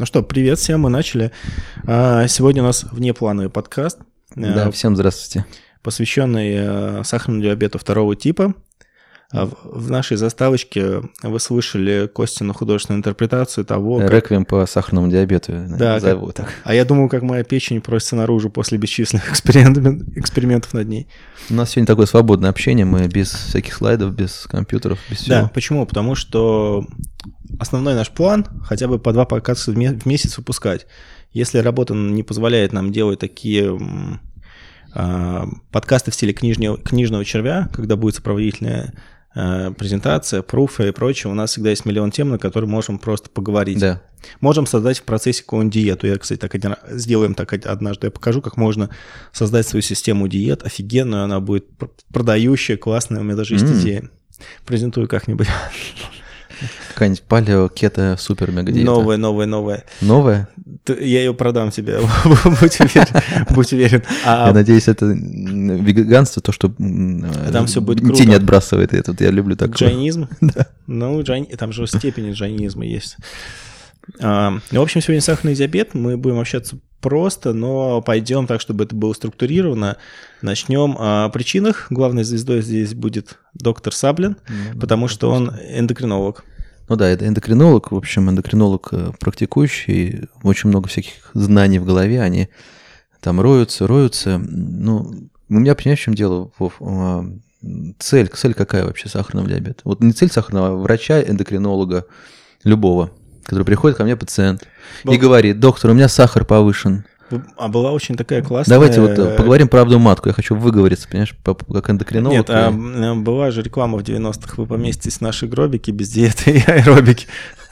Ну что, привет всем, мы начали. Сегодня у нас внеплановый подкаст. Да, всем здравствуйте. Посвященный сахарному диабету второго типа. В нашей заставочке вы слышали Костину художественную интерпретацию того, как... Реквием по сахарному диабету. Да, так. А я думаю, как моя печень просится наружу после бесчисленных экспериментов над ней. У нас сегодня такое свободное общение, мы без всяких слайдов, без компьютеров, без всего. Да, почему? Потому что основной наш план хотя бы по 2 подкаста в месяц выпускать. Если работа не позволяет нам делать такие подкасты в стиле книжного червя, когда будет сопроводительная презентация, пруфы и прочее, у нас всегда есть миллион тем, на которые можем просто поговорить. Да. Можем создать в процессе какую-нибудь диету. Я, кстати, сделаем так однажды. Я покажу, как можно создать свою систему диет офигенную, она будет продающая, классная. У меня даже есть идея. Презентую как-нибудь. Какая-нибудь палео, кето, супер мега диета. Новая. Новая? Я ее продам тебе, будь уверен. Я надеюсь, это веганство, то, что там все будет круто. Тень отбрасывает. Я люблю такое. Джайнизм? Да. Ну, там же степени джайнизма есть. В общем, сегодня сахарный диабет. Мы будем общаться просто, но пойдем так, чтобы это было структурировано. Начнем о причинах. Главной звездой здесь будет доктор Саблин, потому что он эндокринолог. Ну да, это эндокринолог, в общем, эндокринолог практикующий, очень много всяких знаний в голове, они там роются. Ну, у меня, понимаешь, в чем дело, Вов? Цель какая вообще сахарного диабета? Вот не цель сахарного, а врача, эндокринолога, любого, который приходит ко мне пациент и говорит: доктор, у меня сахар повышен. А была очень такая классная... Давайте вот поговорим про правду матку. Я хочу выговориться, понимаешь, как эндокринолог. Нет, была же реклама в 90-х. Вы поместитесь в наши гробики без диеты и аэробики.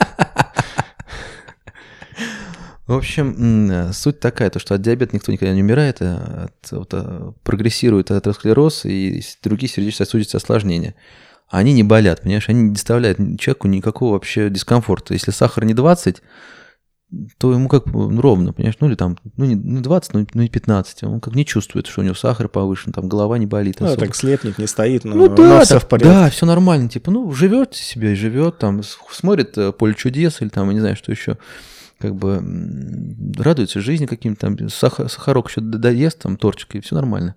В общем, суть такая, то, что от диабета никто никогда не умирает, прогрессирует атеросклероз и другие сердечно-сосудистые осложнения. Они не болят, понимаешь, они не доставляют человеку никакого вообще дискомфорта. Если сахар не 20, то ему как ровно, понимаешь, ну или там, не 20, ну и 15, он как не чувствует, что у него сахар повышен, там голова не болит. Ну, так слепнет, не стоит, но да, все в порядке. Да, все нормально, типа, живет себе и живет, там, смотрит «Поле чудес» или там, я не знаю, что еще, как бы радуется жизни каким-то, там, сахарок еще доест, там, тортик, и все нормально.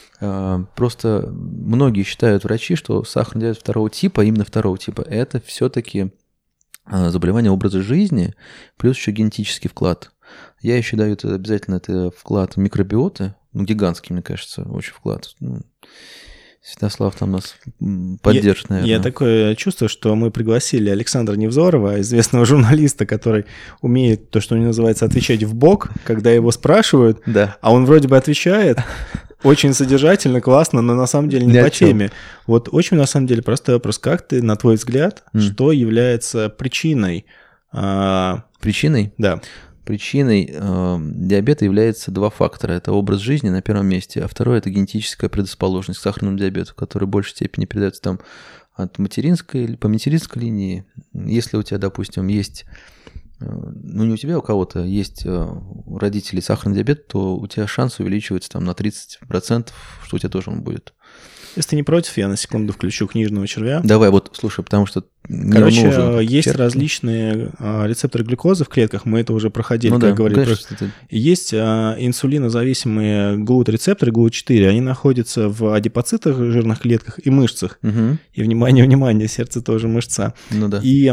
Просто многие считают, врачи, что сахарный диабет второго типа, именно второго типа, это все-таки заболевание образа жизни, плюс еще генетический вклад. Я еще даю обязательно это вклад микробиоты, гигантский, мне кажется, очень вклад. Святослав там нас поддержит, наверное. Я такое чувство, что мы пригласили Александра Невзорова, известного журналиста, который умеет то, что называется, отвечать в бок, когда его спрашивают, да. А он вроде бы отвечает очень содержательно, классно, но на самом деле не по теме. Вот очень на самом деле простой вопрос. Как ты, на твой взгляд, что является причиной? Причиной? Да. Причиной диабета является 2 фактора. Это образ жизни на первом месте, а второе – это генетическая предрасположенность к сахарному диабету, которая в большей степени передается там от материнской или по материнской линии. Если у тебя, допустим, есть, ну не у тебя, у кого-то есть у родителей сахарный диабет, то у тебя шанс увеличивается там на 30%, что у тебя тоже он будет. Если ты не против, я на секунду включу книжного червя. Давай, вот слушай, потому что... Короче, есть различные рецепторы глюкозы в клетках, мы это уже проходили, как говорили. Конечно, есть инсулинозависимые GLUT-рецепторы, GLUT4, они находятся в адипоцитах, жирных клетках и мышцах. И, внимание, сердце тоже мышца. Ну да. И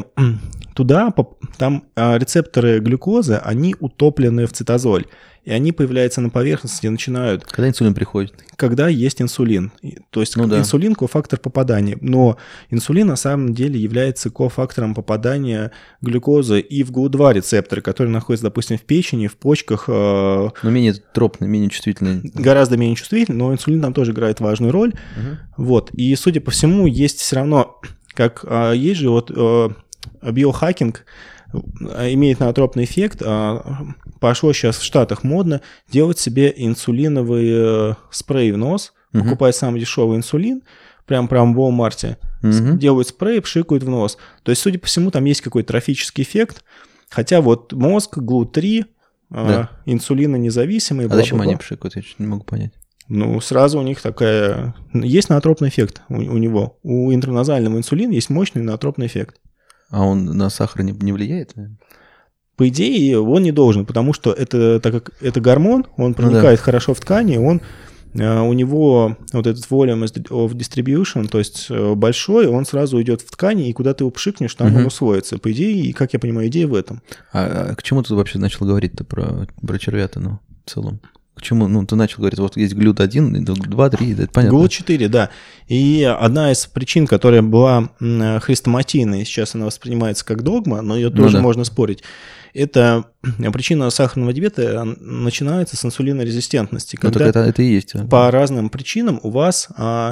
там рецепторы глюкозы, они утоплены в цитозоль. И они появляются на поверхности и начинают... Когда инсулин приходит? Когда есть инсулин. То есть инсулин – кофактор попадания. Но инсулин на самом деле является кофактором попадания глюкозы и в GLUT2 рецепторы, которые находятся, допустим, в печени, в почках. Но менее тропные, менее чувствительные. Гораздо менее чувствительные, но инсулин там тоже играет важную роль. Вот. И, судя по всему, есть все равно... Есть же биохакинг, имеет ноотропный эффект. Пошло сейчас в Штатах модно делать себе инсулиновый спрей в нос, покупать самый дешевый инсулин, прям в Walmart, делают спрей, пшикают в нос. То есть, судя по всему, там есть какой-то трофический эффект, хотя вот мозг, GLUT3, инсулинонезависимый. А зачем они пшикают? Я не могу понять. Ну, сразу у них такая... Есть ноотропный эффект у него. У интраназального инсулина есть мощный ноотропный эффект. А он на сахар не влияет? по идее, он не должен, потому что это, так как это гормон, он проникает хорошо в ткани, у него вот этот volume of distribution, то есть большой, он сразу идет в ткани, и куда ты его пшикнешь, там он усвоится. По идее, и, как я понимаю, идея в этом. А к чему ты вообще начал говорить-то про червята, ну, в целом? К чему? Ну, ты начал говорить, вот есть GLUT1, 2, 3, это понятно. GLUT4, да. И одна из причин, которая была хрестоматийной, сейчас она воспринимается как догма, но ее тоже можно спорить, это причина сахарного диабета начинается с инсулинорезистентности. Когда это и есть. По разным причинам у вас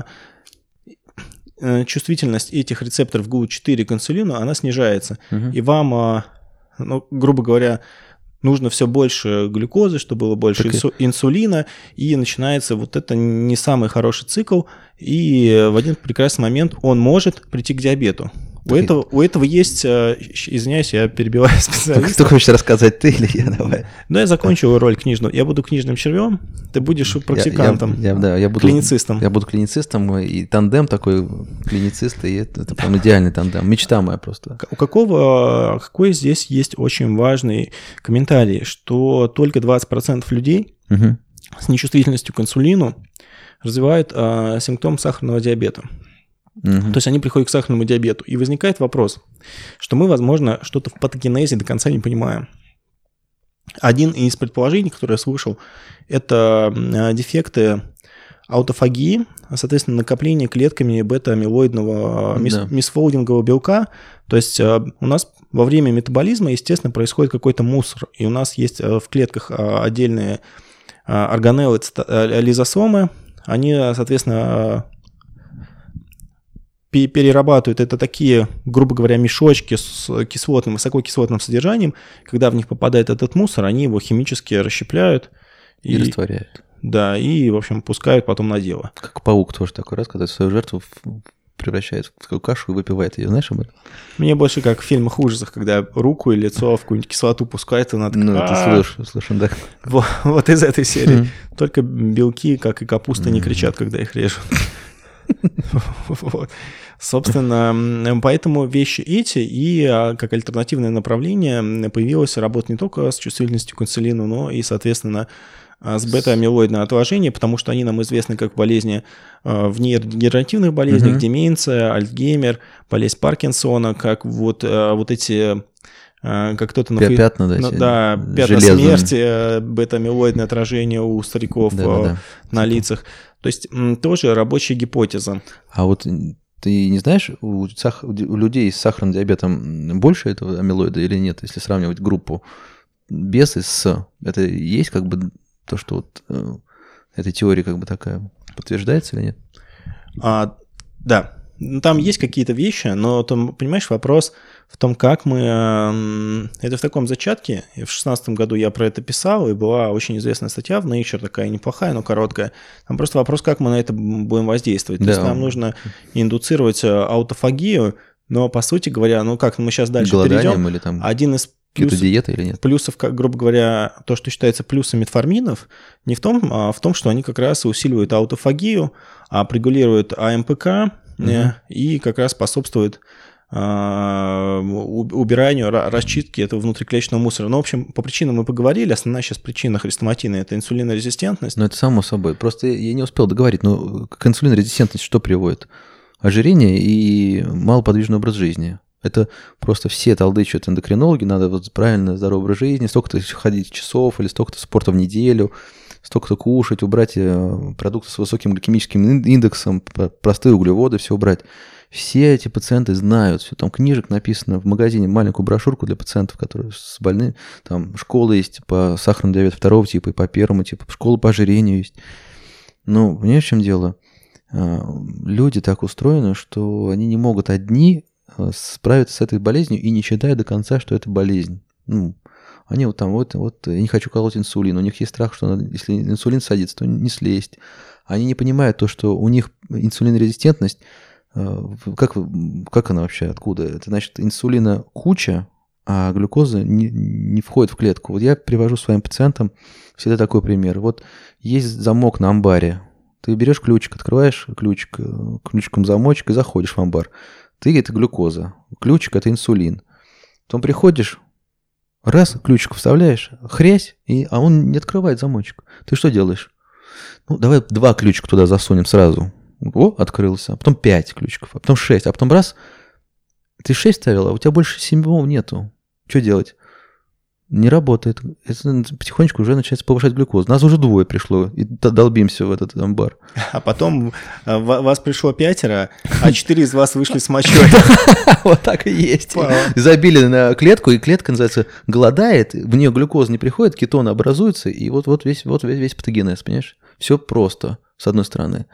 чувствительность этих рецепторов GLUT4 к инсулину, она снижается. И вам, ну, грубо говоря, нужно все больше глюкозы, чтобы было больше инсулина, и начинается вот это не самый хороший цикл, и в один прекрасный момент он может прийти к диабету. У этого есть, извиняюсь, я перебиваю специалиста. Кто хочешь рассказать, ты или я? Давай. Ну, я закончу роль книжную. Я буду книжным червем, ты будешь практикантом, клиницистом. Я буду клиницистом, и тандем такой клиницист, и это прям идеальный тандем. Мечта моя просто. Какой здесь есть очень важный комментарий, что только 20% людей с нечувствительностью к инсулину развивают симптом сахарного диабета. То есть они приходят к сахарному диабету. И возникает вопрос, что мы, возможно, что-то в патогенезе до конца не понимаем. Один из предположений, который я слышал, это дефекты аутофагии, соответственно, накопление клетками бета-амилоидного мисфолдингового белка. То есть у нас во время метаболизма, естественно, происходит какой-то мусор. И у нас есть в клетках отдельные органеллы, лизосомы. Они, соответственно, перерабатывают. Это такие, грубо говоря, мешочки с кислотным, высококислотным содержанием. Когда в них попадает этот мусор, они его химически расщепляют. И растворяют. Да, и, в общем, пускают потом на дело. Как паук тоже такой раз, когда свою жертву превращает в такую кашу и выпивает ее. Знаешь об этом? Мне больше как в фильмах ужасах, когда руку и лицо в какую-нибудь кислоту пускает, и она такая... Ну, ты слышишь, да. Вот из этой серии. Только белки, как и капуста, не кричат, когда их режут. Собственно, поэтому вещи эти, и как альтернативное направление появилась работа не только с чувствительностью к инсулину, но и, соответственно, с бета-амилоидное отложение, потому что они нам известны как болезни в нейродегенеративных болезнях, деменция, Альцгеймер, болезнь Паркинсона, как вот эти... Как кто-то... Пятна, да. Пятна смерти, бета-амилоидное отражение у стариков на лицах. То есть тоже рабочая гипотеза. А вот ты не знаешь, у людей с сахарным диабетом больше этого амилоида или нет, если сравнивать группу без и с? Это есть как бы то, что вот эта теория как бы такая подтверждается или нет? Да. Там есть какие-то вещи, но там, понимаешь, вопрос в том, как мы... Это в таком зачатке. И в 2016 году я про это писал, и была очень известная статья в Nature, такая неплохая, но короткая. Там просто вопрос, как мы на это будем воздействовать. Да. То есть нам нужно индуцировать аутофагию, но, по сути говоря, ну как мы сейчас дальше перейдем, или там один из диета или нет? Плюсов, грубо говоря, то, что считается плюсом метформинов, не в том, а в том, что они как раз усиливают аутофагию, регулируют АМПК, и как раз способствует убиранию, расчистке этого внутриклеточного мусора. Но, в общем, по причинам мы поговорили. Основная сейчас причина хрестоматийная – это инсулинорезистентность. Ну, это само собой. Просто я не успел договорить. Но к инсулинорезистентности что приводит? Ожирение и малоподвижный образ жизни. Это просто все толдычат эндокринологи, надо вот правильно здоровый образ жизни, столько-то ходить часов или столько-то спорта в неделю, столько-то кушать, убрать продукты с высоким гликемическим индексом, простые углеводы, все убрать. Все эти пациенты знают, все там книжек написано в магазине, маленькую брошюрку для пациентов, которые с больными, там школы есть по сахарному диабету второго типа и по первому типу, школа по ожирению есть. Ну, понимаешь, в чем дело? Люди так устроены, что они не могут одни справиться с этой болезнью и не считая до конца, что это болезнь. Ну, они вот там, я не хочу колоть инсулин, у них есть страх, что если инсулин садится, то не слезть. Они не понимают то, что у них инсулинорезистентность, как она вообще, откуда? Это значит, инсулина куча, а глюкоза не входит в клетку. Вот я привожу своим пациентам всегда такой пример. Вот есть замок на амбаре. Ты берешь ключик, открываешь ключиком замочек и заходишь в амбар. Ты – это глюкоза, ключик – это инсулин. Потом приходишь, Раз, ключик вставляешь, хрясь, а он не открывает замочек. Ты что делаешь? Ну, давай 2 ключика туда засунем сразу. О, открылся. А потом 5 ключиков, а потом 6. А потом раз, ты 6 ставил, а у тебя больше 7 нету. Что делать? Не работает. Это потихонечку уже начинается повышать глюкозу. Нас уже 2 пришло, и долбимся в этот амбар. А потом вас пришло 5, а 4 из вас вышли с мочой. Вот так и есть. Забили на клетку, и клетка, называется, голодает, в нее глюкоза не приходит, кетоны образуются, и вот весь патогенез, понимаешь? Все просто, с одной стороны.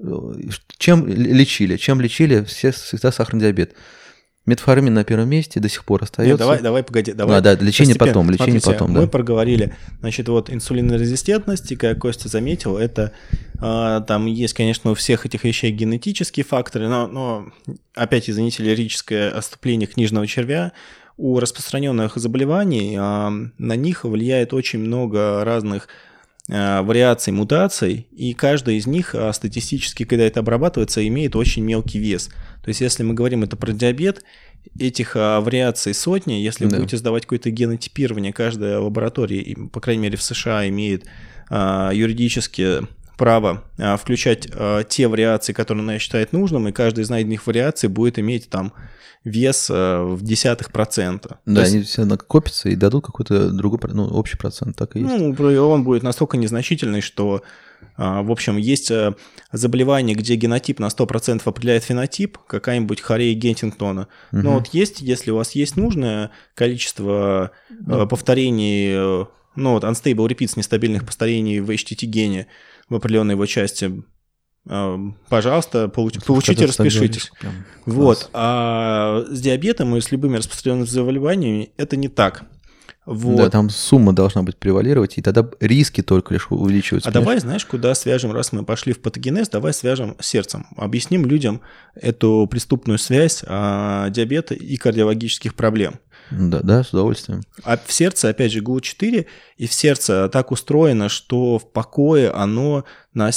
Чем лечили? Всегда сахарный диабет. Метформин на первом месте до сих пор остается. Нет, давай, погоди. Давай. Лечение потом. Мы проговорили. Значит, вот инсулинорезистентность, и как Костя заметил, это там есть, конечно, у всех этих вещей генетические факторы, но опять, извините, лирическое отступление книжного червя. У распространенных заболеваний на них влияет очень много разных вариаций, мутаций, и каждая из них статистически, когда это обрабатывается, имеет очень мелкий вес. То есть, если мы говорим это про диабет, этих вариаций сотни, если вы будете сдавать какое-то генотипирование, каждая лаборатория, по крайней мере в США, имеет юридически право включать те вариации, которые она считает нужным, и каждая из найденных вариаций будет иметь там вес в 0,1%. Да, они все накопятся и дадут какой-то другой, общий процент, так и есть. Ну, он будет настолько незначительный, что, в общем, есть заболевание, где генотип на 100% определяет фенотип, какая-нибудь хорея Геттингтона. Но вот есть, если у вас есть нужное количество повторений, unstable repeats, нестабильных повторений в HTT-гене в определенной его части, пожалуйста, получите, распишитесь. Вот. А с диабетом и с любыми распространенными заболеваниями это не так. Вот. Да, там сумма должна быть превалировать, и тогда риски только лишь увеличиваются. А давай, знаешь, куда свяжем, раз мы пошли в патогенез, давай свяжем с сердцем. Объясним людям эту преступную связь диабета и кардиологических проблем. Да, с удовольствием. А в сердце, опять же, ГЛУ-4, и в сердце так устроено, что в покое оно на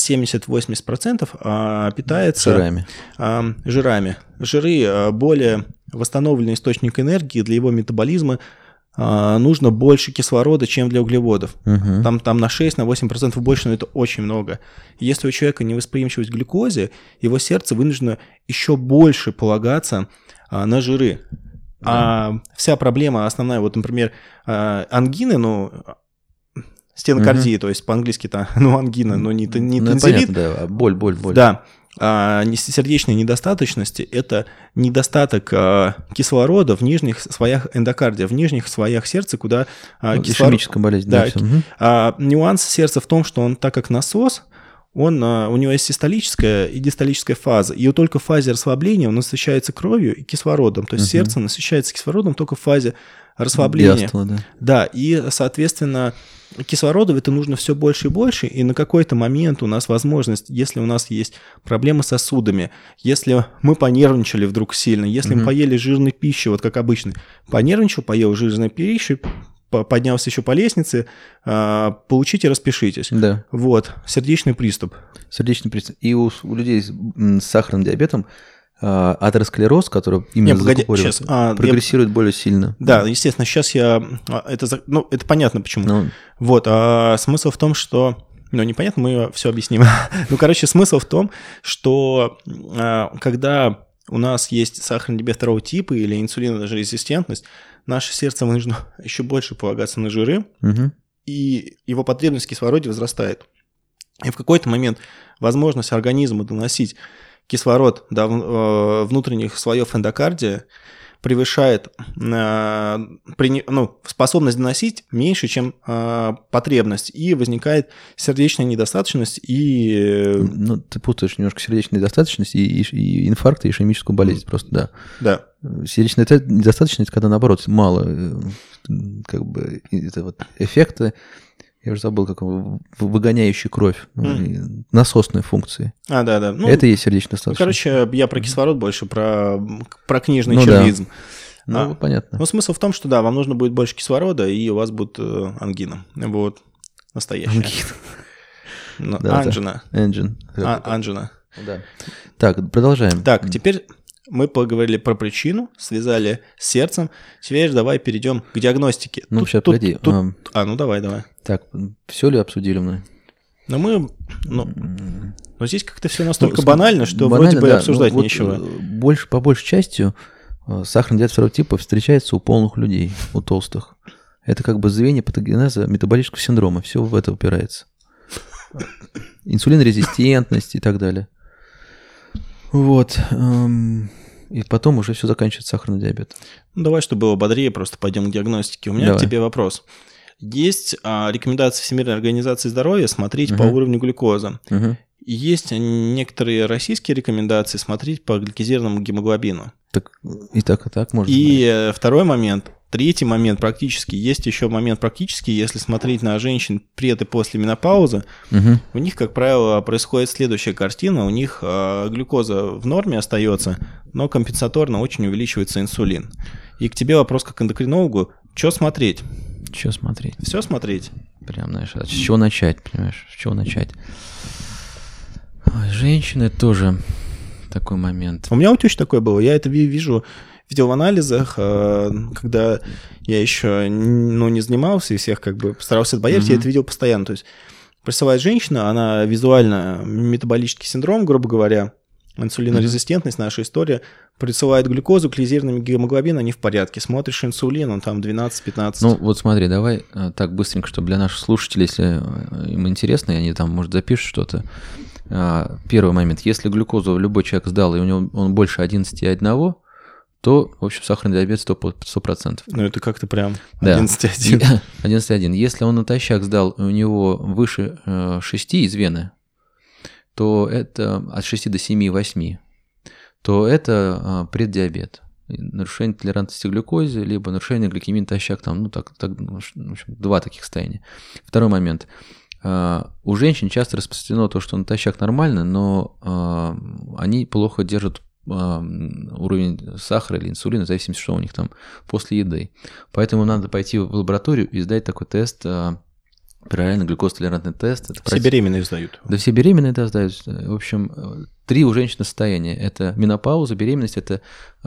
70-80% питается жирами. Жиры более восстановленный источник энергии, для его метаболизма нужно больше кислорода, чем для углеводов. Там на 6-8% больше, но это очень много. Если у человека невосприимчивость к глюкозе, его сердце вынуждено еще больше полагаться на жиры. А вся проблема основная, вот, например, ангины, стенокардии, то есть по-английски-то, ангина, но не тонзиллит. Понятно, да, боль. Да. Сердечной недостаточности – это недостаток кислорода в нижних слоях эндокардия, в нижних слоях сердца, куда кислород... Ишемическая болезнь, да. Нюанс сердца в том, что он, так как насос, у него есть систолическая и дистолическая фаза, и только в фазе расслабления он насыщается кровью и кислородом, то есть сердце насыщается кислородом только в фазе расслабления. Диастола, да. Да, и, соответственно, кислорода это нужно все больше и больше, и на какой-то момент у нас возможность, если у нас есть проблемы с сосудами, если мы понервничали вдруг сильно, если мы поели жирной пищи, вот как обычно, понервничал, поел жирной пищи, поднялся еще по лестнице, получите, распишитесь. Да. Вот, сердечный приступ. И у людей с сахарным диабетом атеросклероз, который именно закупоривается, прогрессирует более сильно. Да, естественно, сейчас это понятно почему. Вот, смысл в том, что... непонятно, мы все объясним. Смысл в том, что когда у нас есть сахарный диабет второго типа или инсулинорезистентность, наше сердце вынуждено еще больше полагаться на жиры, и его потребность в кислороде возрастает. И в какой-то момент возможность организма доносить кислород до внутренних слоев эндокардия превышает способность доносить меньше, чем потребность, и возникает сердечная недостаточность и... ты путаешь немножко сердечную недостаточность и инфаркт, и ишемическую болезнь просто, да. Да. Сердечная недостаточность, когда, наоборот, мало это вот эффекта, я уже забыл, как выгоняющий кровь, насосные функции. Да. Это и есть сердечная недостаточность. Я про кислород больше, про книжный червизм. Да. Понятно. Но смысл в том, что да, вам нужно будет больше кислорода, и у вас будет ангина. Вот, настоящая. Анжина. Анжина. Анжина. Да. Так, продолжаем. Так, теперь Мы поговорили про причину, связали с сердцем. Теперь давай перейдем к диагностике. Ну, сейчас, погоди. Ну давай. Так, все ли обсудили мы? Но здесь как-то все настолько банально, что вроде бы обсуждать нечего. По большей части сахарный диабет второго типа встречается у полных людей, у толстых. Это как бы звенья патогенеза метаболического синдрома. Все в это упирается. Инсулинорезистентность и так далее. Вот. И потом уже все заканчивается сахарный диабет. Ну, давай, чтобы было бодрее, просто пойдем к диагностике. У меня к тебе вопрос. Есть рекомендации Всемирной организации здоровья смотреть по уровню глюкозы. И есть некоторые российские рекомендации смотреть по гликозированному гемоглобину. Так можно. И второй момент. Третий момент практически. Есть еще момент практический. Если смотреть на женщин пред и после менопаузы, у них, как правило, происходит следующая картина. У них глюкоза в норме остается, но компенсаторно очень увеличивается инсулин. И к тебе вопрос как эндокринологу. Что смотреть? Что смотреть? Все смотреть? Прям, знаешь, с чего начать, понимаешь? С чего начать? Женщины тоже такой момент. У меня у тещи такое было. Я это видел в анализах, когда я еще не занимался и всех как бы старался отбоять, я это видел постоянно. То есть присылает женщина, она визуально метаболический синдром, грубо говоря, инсулинорезистентность, наша история, присылает глюкозу, гликозированный гемоглобин, они в порядке. Смотришь инсулин, он там 12-15. Ну вот смотри, давай так быстренько, чтобы для наших слушателей, если им интересно, и они там, может, запишут что-то. Первый момент. Если глюкозу любой человек сдал, и у него он больше 11,1, то, в общем, сахарный диабет 100%. Ну, это как-то прям 11,1. 11,1. Если он натощак сдал, и у него выше 6 из вены, то это от 6 до 7,8, то это преддиабет. Нарушение толерантности к глюкозе, либо нарушение гликемии натощак. Там, в общем, два таких состояния. Второй момент. У женщин часто распространено то, что натощак нормально, но они плохо держат уровень сахара или инсулина, в зависимости, что у них там после еды. Поэтому надо пойти в лабораторию и сдать такой тест, параллельно глюкозотолерантный тест. Все беременные сдают. Да, все беременные это сдают. В общем, 3 у женщин состояния. Это менопауза, беременность, это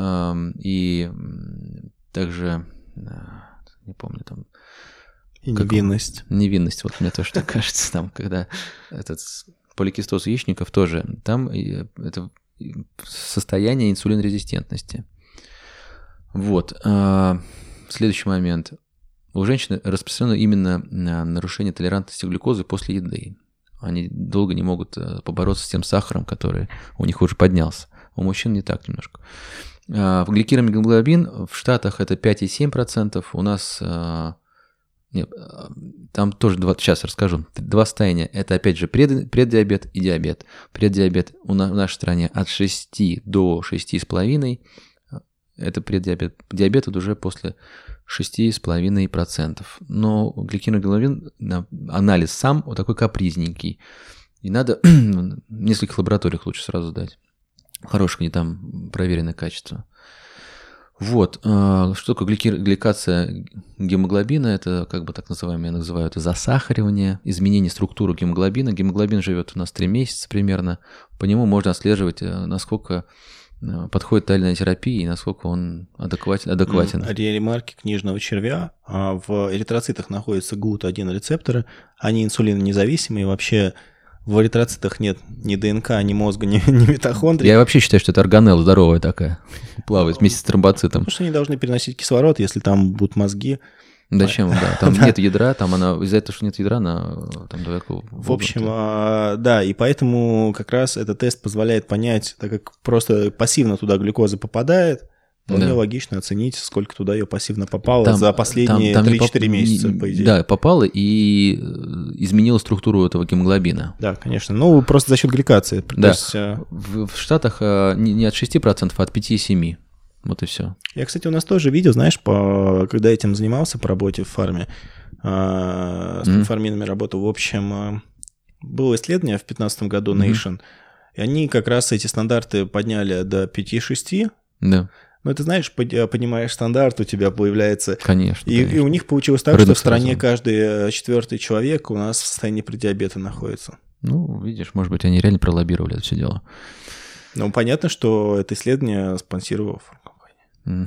и также, не помню, там... И невинность. Невинность, вот мне тоже так кажется, там, когда этот поликистоз яичников тоже, там это состояние инсулинорезистентности. Вот. Следующий момент. У женщин распространено именно нарушение толерантности глюкозы после еды. Они долго не могут побороться с тем сахаром, который у них уже поднялся. У мужчин не так немножко. Гликированный гемоглобин в Штатах это 5,7%, у нас... Нет, там тоже сейчас расскажу. 2 состояния. Это, опять же, преддиабет и диабет. Преддиабет в нашей стране от 6 до 6,5. Это преддиабет. Диабет вот уже после 6,5%. Но гликированный гемоглобин, анализ сам вот такой капризненький. И надо в нескольких лабораториях лучше сразу сдать. Хорошее не там проверенное качество. Вот, что такое гликация гемоглобина, это как бы так называемое, я называю это засахаривание, изменение структуры гемоглобина. Гемоглобин живет у нас 3 месяца примерно, по нему можно отслеживать, насколько подходит тотальная терапия и насколько он адекватен. Ремарки книжного червя, в эритроцитах находятся GLUT1 рецепторы, они инсулинонезависимые, вообще... В эритроцитах нет ни ДНК, ни мозга, ни митохондрий. Я вообще считаю, что это органелла здоровая такая, плавает вместе с тромбоцитом. Потому что они должны переносить кислород, если там будут мозги. Зачем? Да, там нет ядра, там она из-за этого, что нет ядра, она там далеко. В общем, да, и поэтому как раз этот тест позволяет понять, так как просто пассивно туда глюкоза попадает, вполне логично оценить, сколько туда ее пассивно попало за последние 3-4 месяца, по идее. Да, попало и изменило структуру этого гемоглобина. Да, конечно. Ну, просто за счет гликации. Да. Есть... В Штатах не от 6%, а от 5,7%. Вот и все. Я, кстати, у нас тоже видел, знаешь, когда этим занимался по работе в фарме, с фарминами работал, в общем, было исследование в 2015 году Nation, и они как раз эти стандарты подняли до 5,6. Да. Ну, ты знаешь, поднимаешь стандарт, у тебя появляется... Конечно. И у них получилось так, рынок что в стране сразу. Каждый 4-й человек у нас в состоянии преддиабета находится. Ну, видишь, может быть, они реально пролоббировали это все дело. Ну, понятно, что это исследование спонсировала фармкомпания.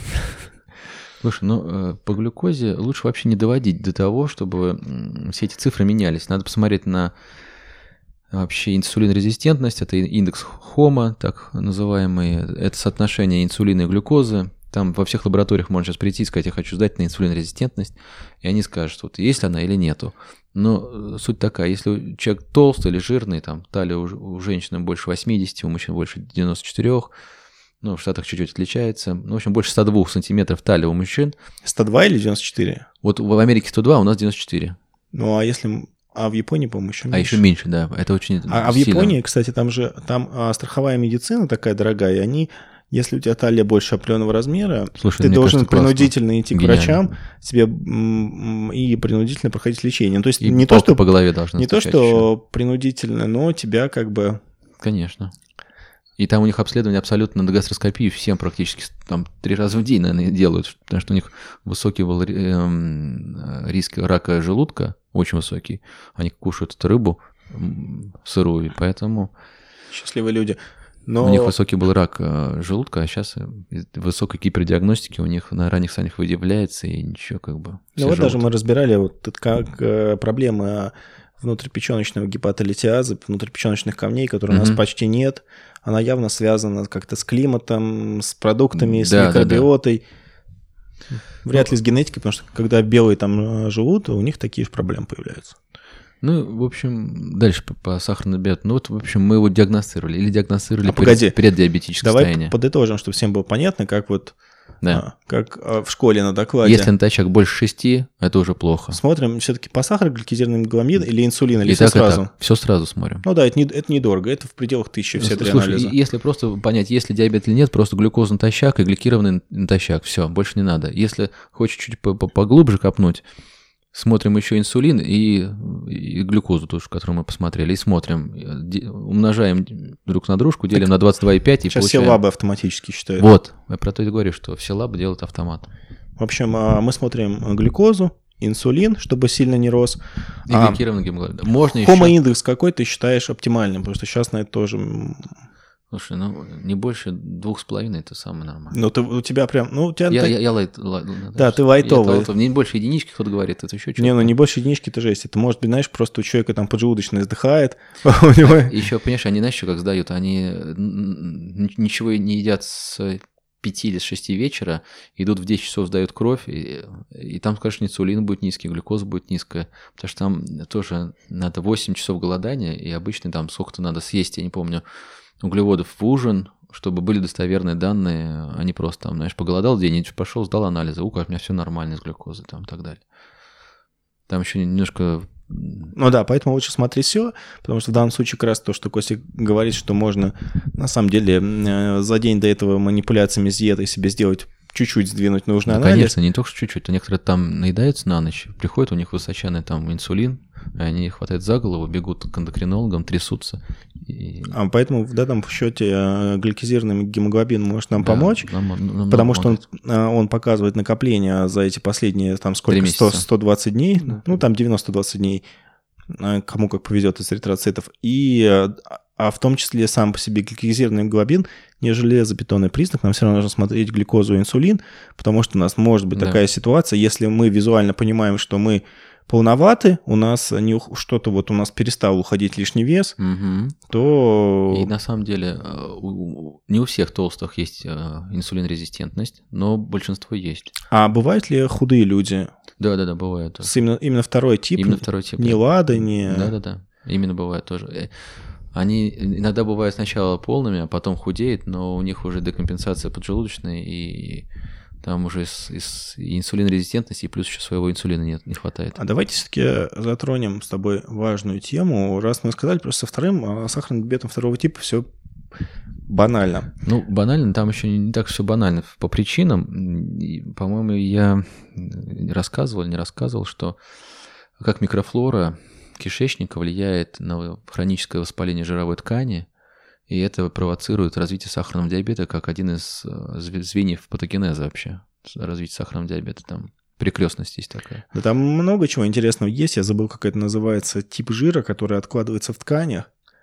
Слушай, ну, по глюкозе лучше вообще не доводить до того, чтобы все эти цифры менялись. Надо посмотреть на вообще инсулинорезистентность, это индекс Хома, так называемый, это соотношение инсулина и глюкозы. Там во всех лабораториях можно сейчас прийти и сказать, я хочу сдать на инсулинорезистентность, и они скажут, вот есть ли она или нету. Но суть такая, если человек толстый или жирный, там талия у женщины больше 80, у мужчин больше 94, ну, в Штатах чуть-чуть отличается. Ну, в общем, больше 102 сантиметров талия у мужчин. 102 или 94? Вот в Америке 102, у нас 94. Ну, а если... А в Японии, по-моему, еще меньше. А еще меньше, да. Это очень А в Японии, кстати, там страховая медицина такая дорогая, и они... Если у тебя талия больше определенного размера, слушай, ты должен кажется, принудительно идти к врачам тебе и принудительно проходить лечение. Ну, то есть не то, что по голове должно не то, что принудительно, но тебя как бы... Конечно. И там у них обследование абсолютно на гастроскопию всем практически там 3 раза в день, наверное, делают, потому что у них высокий был риск рака желудка, очень высокий. Они кушают эту рыбу сырую, поэтому... Счастливые люди. Но... У них высокий был рак желудка, а сейчас высокой гипердиагностики у них на ранних стадиях выявляется, и ничего как бы... Ну вот даже мы разбирали вот как проблемы внутрипеченочного гепатолитиаза, внутрипеченочных камней, которые у нас почти нет. Она явно связана как-то с климатом, с продуктами, с микробиотой. Да. Вряд ли с генетикой, потому что когда белые там живут, у них такие же проблемы появляются. Ну, в общем, дальше по сахарному диабету. Ну, вот, в общем, мы его диагностировали. Или диагностировали преддиабетическое состояние. Давай подытожим, чтобы всем было понятно, как вот как в школе на докладе. Если натощак больше 6, это уже плохо. Смотрим все-таки по сахару, гликозированный гемоглобин или инсулин, или и все так, сразу? И так. Все сразу смотрим. Ну да, это недорого, это в пределах 1000 все 3 Слушай, анализа. Если просто понять, есть ли диабет или нет, просто глюкоза натощак и гликированный натощак, все, больше не надо. Если хочешь чуть поглубже копнуть, смотрим еще инсулин и глюкозу тоже, которую мы посмотрели, и смотрим, умножаем друг на дружку, делим так на 22,5 и сейчас получаем... все лабы автоматически считают. Вот, я про то и говорю, что все лабы делают автомат. В общем, мы смотрим глюкозу, инсулин, чтобы сильно не рос. И гликированный гемоглобин. Можно Хомо-индекс какой ты считаешь оптимальным? Потому что сейчас на это тоже... Слушай, ну не больше 2,5 это самое нормальное. Ну у тебя прям, ну у тебя. Я да, ты лайтовый. Не больше единички, кто-то говорит, это еще что-то. Не, ну не больше единички, это жесть. Это может быть, знаешь, просто у человека там поджелудочная издыхает. Еще, понимаешь, они знаешь, что как сдают, они ничего не едят с 5 или с 6 вечера, идут в 10 часов, сдают кровь, и там, конечно, инсулин будет низкий, глюкоза будет низкая, потому что там тоже надо 8 часов голодания, и обычно там сколько-то надо съесть, я не помню, углеводов в ужин, чтобы были достоверные данные, а не просто там, знаешь, поголодал день, пошел, сдал анализы, у меня все нормально с глюкозой там и так далее. Там еще немножко... Ну да, поэтому лучше смотреть все, потому что в данном случае как раз то, что Костя говорит, что можно на самом деле за день до этого манипуляциями с диетой себе сделать, чуть-чуть сдвинуть нужный анализ. Конечно, не только чуть-чуть, а некоторые там наедаются на ночь, приходят, у них высоченный там инсулин, и они хватают за голову, бегут к эндокринологам, трясутся. Поэтому в данном счете гликозированный гемоглобин может нам помочь, потому что он показывает накопление за эти последние там сколько, 120 дней, ну там 90-20 дней, кому как повезет из эритроцитов, а в том числе сам по себе гликозированный гемоглобин не железобетонный признак, нам все равно нужно смотреть глюкозу и инсулин, потому что у нас может быть такая ситуация, если мы визуально понимаем, что мы полноваты, у нас что-то вот у нас перестал уходить лишний вес, то... И на самом деле не у всех толстых есть инсулинорезистентность, но большинство есть. А бывают ли худые люди? Да, бывают. Именно второй тип? Именно второй тип. Не ЛАДа, не... Да, именно бывает тоже. Они иногда бывают сначала полными, а потом худеют, но у них уже декомпенсация поджелудочная, и там уже инсулинорезистентность, и плюс еще своего инсулина не хватает. А давайте все-таки затронем с тобой важную тему. Раз мы сказали, просто со вторым сахарным диабетом второго типа все банально. Ну, банально, там еще не так все банально по причинам. И, по-моему, я рассказывал или не рассказывал, что как микрофлора кишечника влияет на хроническое воспаление жировой ткани, и это провоцирует развитие сахарного диабета как один из звеньев патогенеза вообще. Развитие сахарного диабета, там перекрестность есть такая. Да там много чего интересного есть. Я забыл, как это называется. Тип жира, который откладывается в тканях.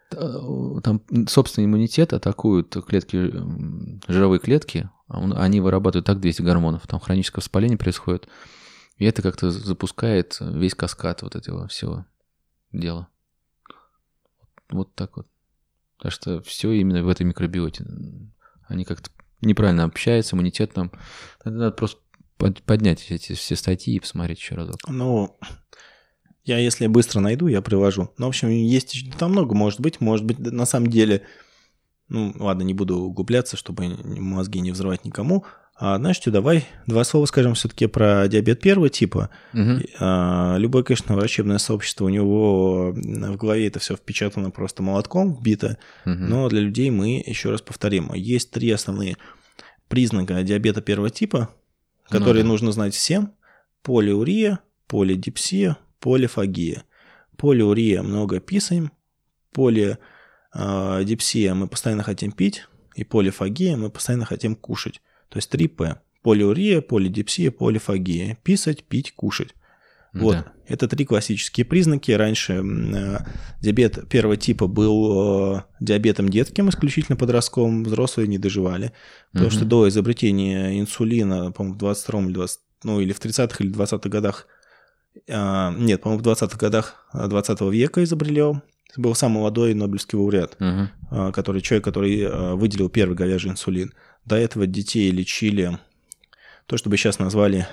там собственный иммунитет атакуют клетки, жировые клетки, они вырабатывают так 200 гормонов, там хроническое воспаление происходит, и это как-то запускает весь каскад вот этого всего дела. Вот так вот. Так что все именно в этой микробиоте. Они как-то неправильно общаются, иммунитет нам. Надо просто поднять эти все статьи и посмотреть еще разок. Ну, если быстро найду, я привожу. Ну, в общем, есть там много, может быть, на самом деле, ну, ладно, не буду углубляться, чтобы мозги не взрывать никому. Знаешь что, давай 2 слова скажем все-таки про диабет первого типа. Любое, конечно, врачебное сообщество, у него в голове это все впечатано просто молотком, вбито, но для людей мы, еще раз повторим, есть 3 основные признака диабета первого типа, которые нужно знать всем. Полиурия, полидипсия, полифагия. Полиурия – много писаем, полидипсия – мы постоянно хотим пить, и полифагия – мы постоянно хотим кушать. То есть 3П. Полиурия, полидипсия, полифагия. Писать, пить, кушать. Вот. Да. Это 3 классические признаки. Раньше диабет первого типа был диабетом детским, исключительно подростковым. Взрослые не доживали. Потому что до изобретения инсулина, по-моему, в 22-м или в 30-х или 20-х годах, нет, по-моему, в 20-х годах 20 века изобрели его. Это был самый молодой Нобелевский лауреат, человек, который выделил первый говяжий инсулин. До этого детей лечили то, что бы сейчас назвали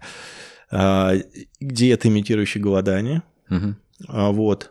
диетой, имитирующей голодание. Вот.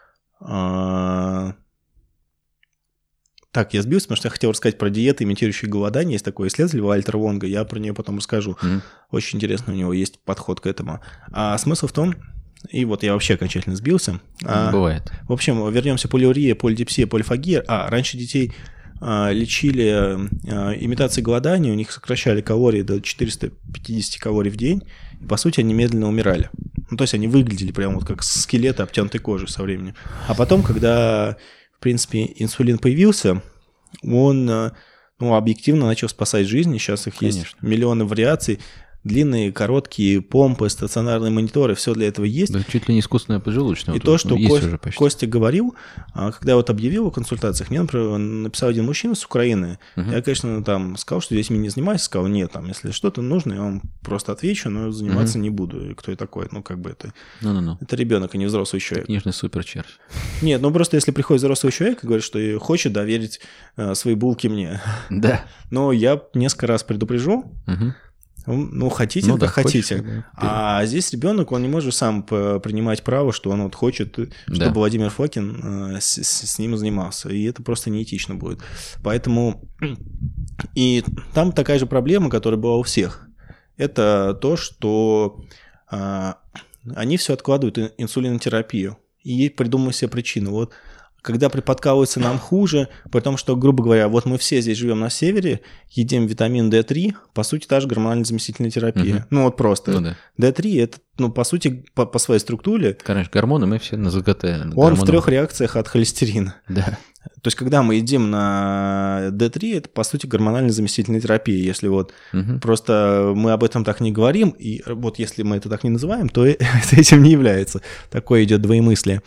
Так, я сбился, потому что я хотел рассказать про диеты, имитирующие голодание. Есть такой исследователь Вальтер Вонга, я про нее потом расскажу. Очень интересно, у него есть подход к этому. А смысл в том, и вот я вообще окончательно сбился. Бывает. В общем, вернемся. Полиурия, полидипсия, полифагия. Раньше детей лечили имитацией голодания, у них сокращали калории до 450 калорий в день, и, по сути, они медленно умирали. Ну, то есть они выглядели прямо вот как скелеты обтянутой кожи со временем. А потом, когда, в принципе, инсулин появился, он, объективно начал спасать жизни. Сейчас их есть миллионы вариаций. Длинные, короткие помпы, стационарные мониторы, все для этого есть. Да, чуть ли не искусственная поджелудочная. И то, что Костя говорил, когда вот объявил о консультациях, мне, например, написал один мужчина с Украины. Я, конечно, там сказал, что этим не занимаюсь, сказал, нет, там, если что-то нужно, я вам просто отвечу, но заниматься не буду. И кто я такой? Это ребенок, а не взрослый человек. Книжный суперчервь. Нет, просто если приходит взрослый человек и говорит, что хочет доверить свои булки мне. Да. Но я несколько раз предупрежу. Хотите, как хотите. Хочешь, а здесь ребенок, он не может сам принимать право, что он хочет, чтобы Владимир Фокин с ним занимался. И это просто неэтично будет. Поэтому и там такая же проблема, которая была у всех. Это то, что они все откладывают инсулинотерапию. И придумывают себе причину. Вот когда подкалывается нам хуже, потому что, грубо говоря, вот мы все здесь живем на севере, едим витамин D3, по сути, та же гормональная заместительная терапия. Просто. D3 – это, по сути, по своей структуре… Конечно, гормоны мы все на ЗГТ. Он в 3 реакциях от холестерина. Да. То есть, когда мы едим на D3, это, по сути, гормональная заместительная терапия. Если просто мы об этом так не говорим, и вот если мы это так не называем, то это этим не является. Такое идет двоемыслие.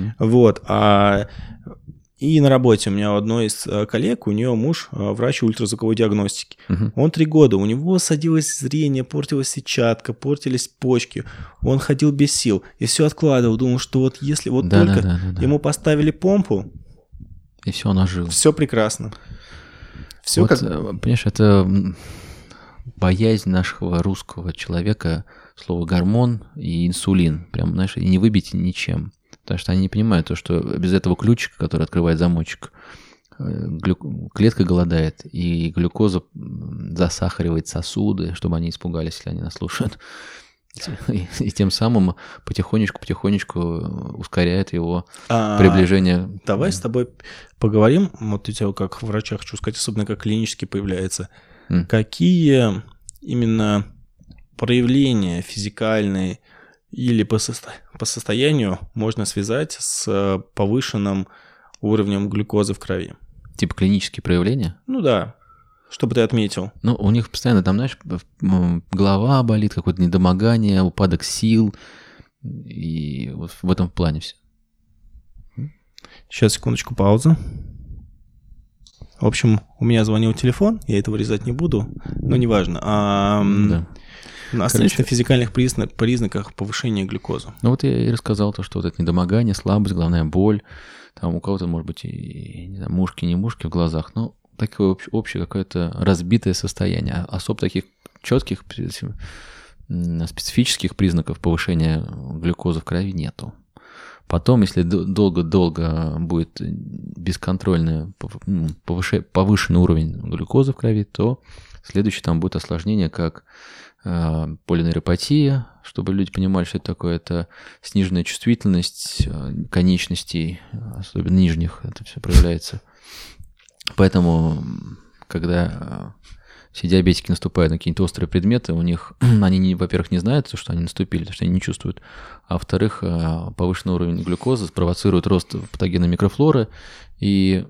И на работе у меня у одной из коллег, у нее муж врач ультразвуковой диагностики. Он 3 года, у него садилось зрение, портилась сетчатка, портились почки. Он ходил без сил и все откладывал. Думал, что вот если ему поставили помпу, и все, он ожил. Все прекрасно. Все понимаешь, это боязнь нашего русского человека, слово гормон и инсулин. Прям, знаешь, и не выбить ничем. Потому что они не понимают то, что без этого ключика, который открывает замочек, клетка голодает, и глюкоза засахаривает сосуды, чтобы они испугались, если они нас слушают. И тем самым потихонечку ускоряет его приближение. Давай с тобой поговорим, вот у тебя как врача, хочу сказать, особенно как клинически появляется, какие именно проявления физикальные или по состоянию можно связать с повышенным уровнем глюкозы в крови? Типа клинические проявления? Да. Что бы ты отметил? У них постоянно там, знаешь, голова болит, какое-то недомогание, упадок сил. И вот в этом плане все. Сейчас, секундочку, пауза. В общем, у меня звонил телефон, я это вырезать не буду, но неважно. Остановимся на физикальных признаках повышения глюкозы. Ну вот я и рассказал то, что вот это недомогание, слабость, головная боль, там у кого-то, может быть, и не знаю, мушки, не мушки в глазах, но такое общее какое-то разбитое состояние. Особо таких четких специфических признаков повышения глюкозы в крови нету. Потом, если долго будет бесконтрольный повышенный уровень глюкозы в крови, то следующее там будет осложнение, как полинейропатия, чтобы люди понимали, что это такое. Это сниженная чувствительность конечностей, особенно нижних, это все проявляется. Поэтому, когда все диабетики наступают на какие-нибудь острые предметы, у них, они, во-первых, не знают, что они наступили, потому что они не чувствуют, а во-вторых, повышенный уровень глюкозы спровоцирует рост патогенной микрофлоры, и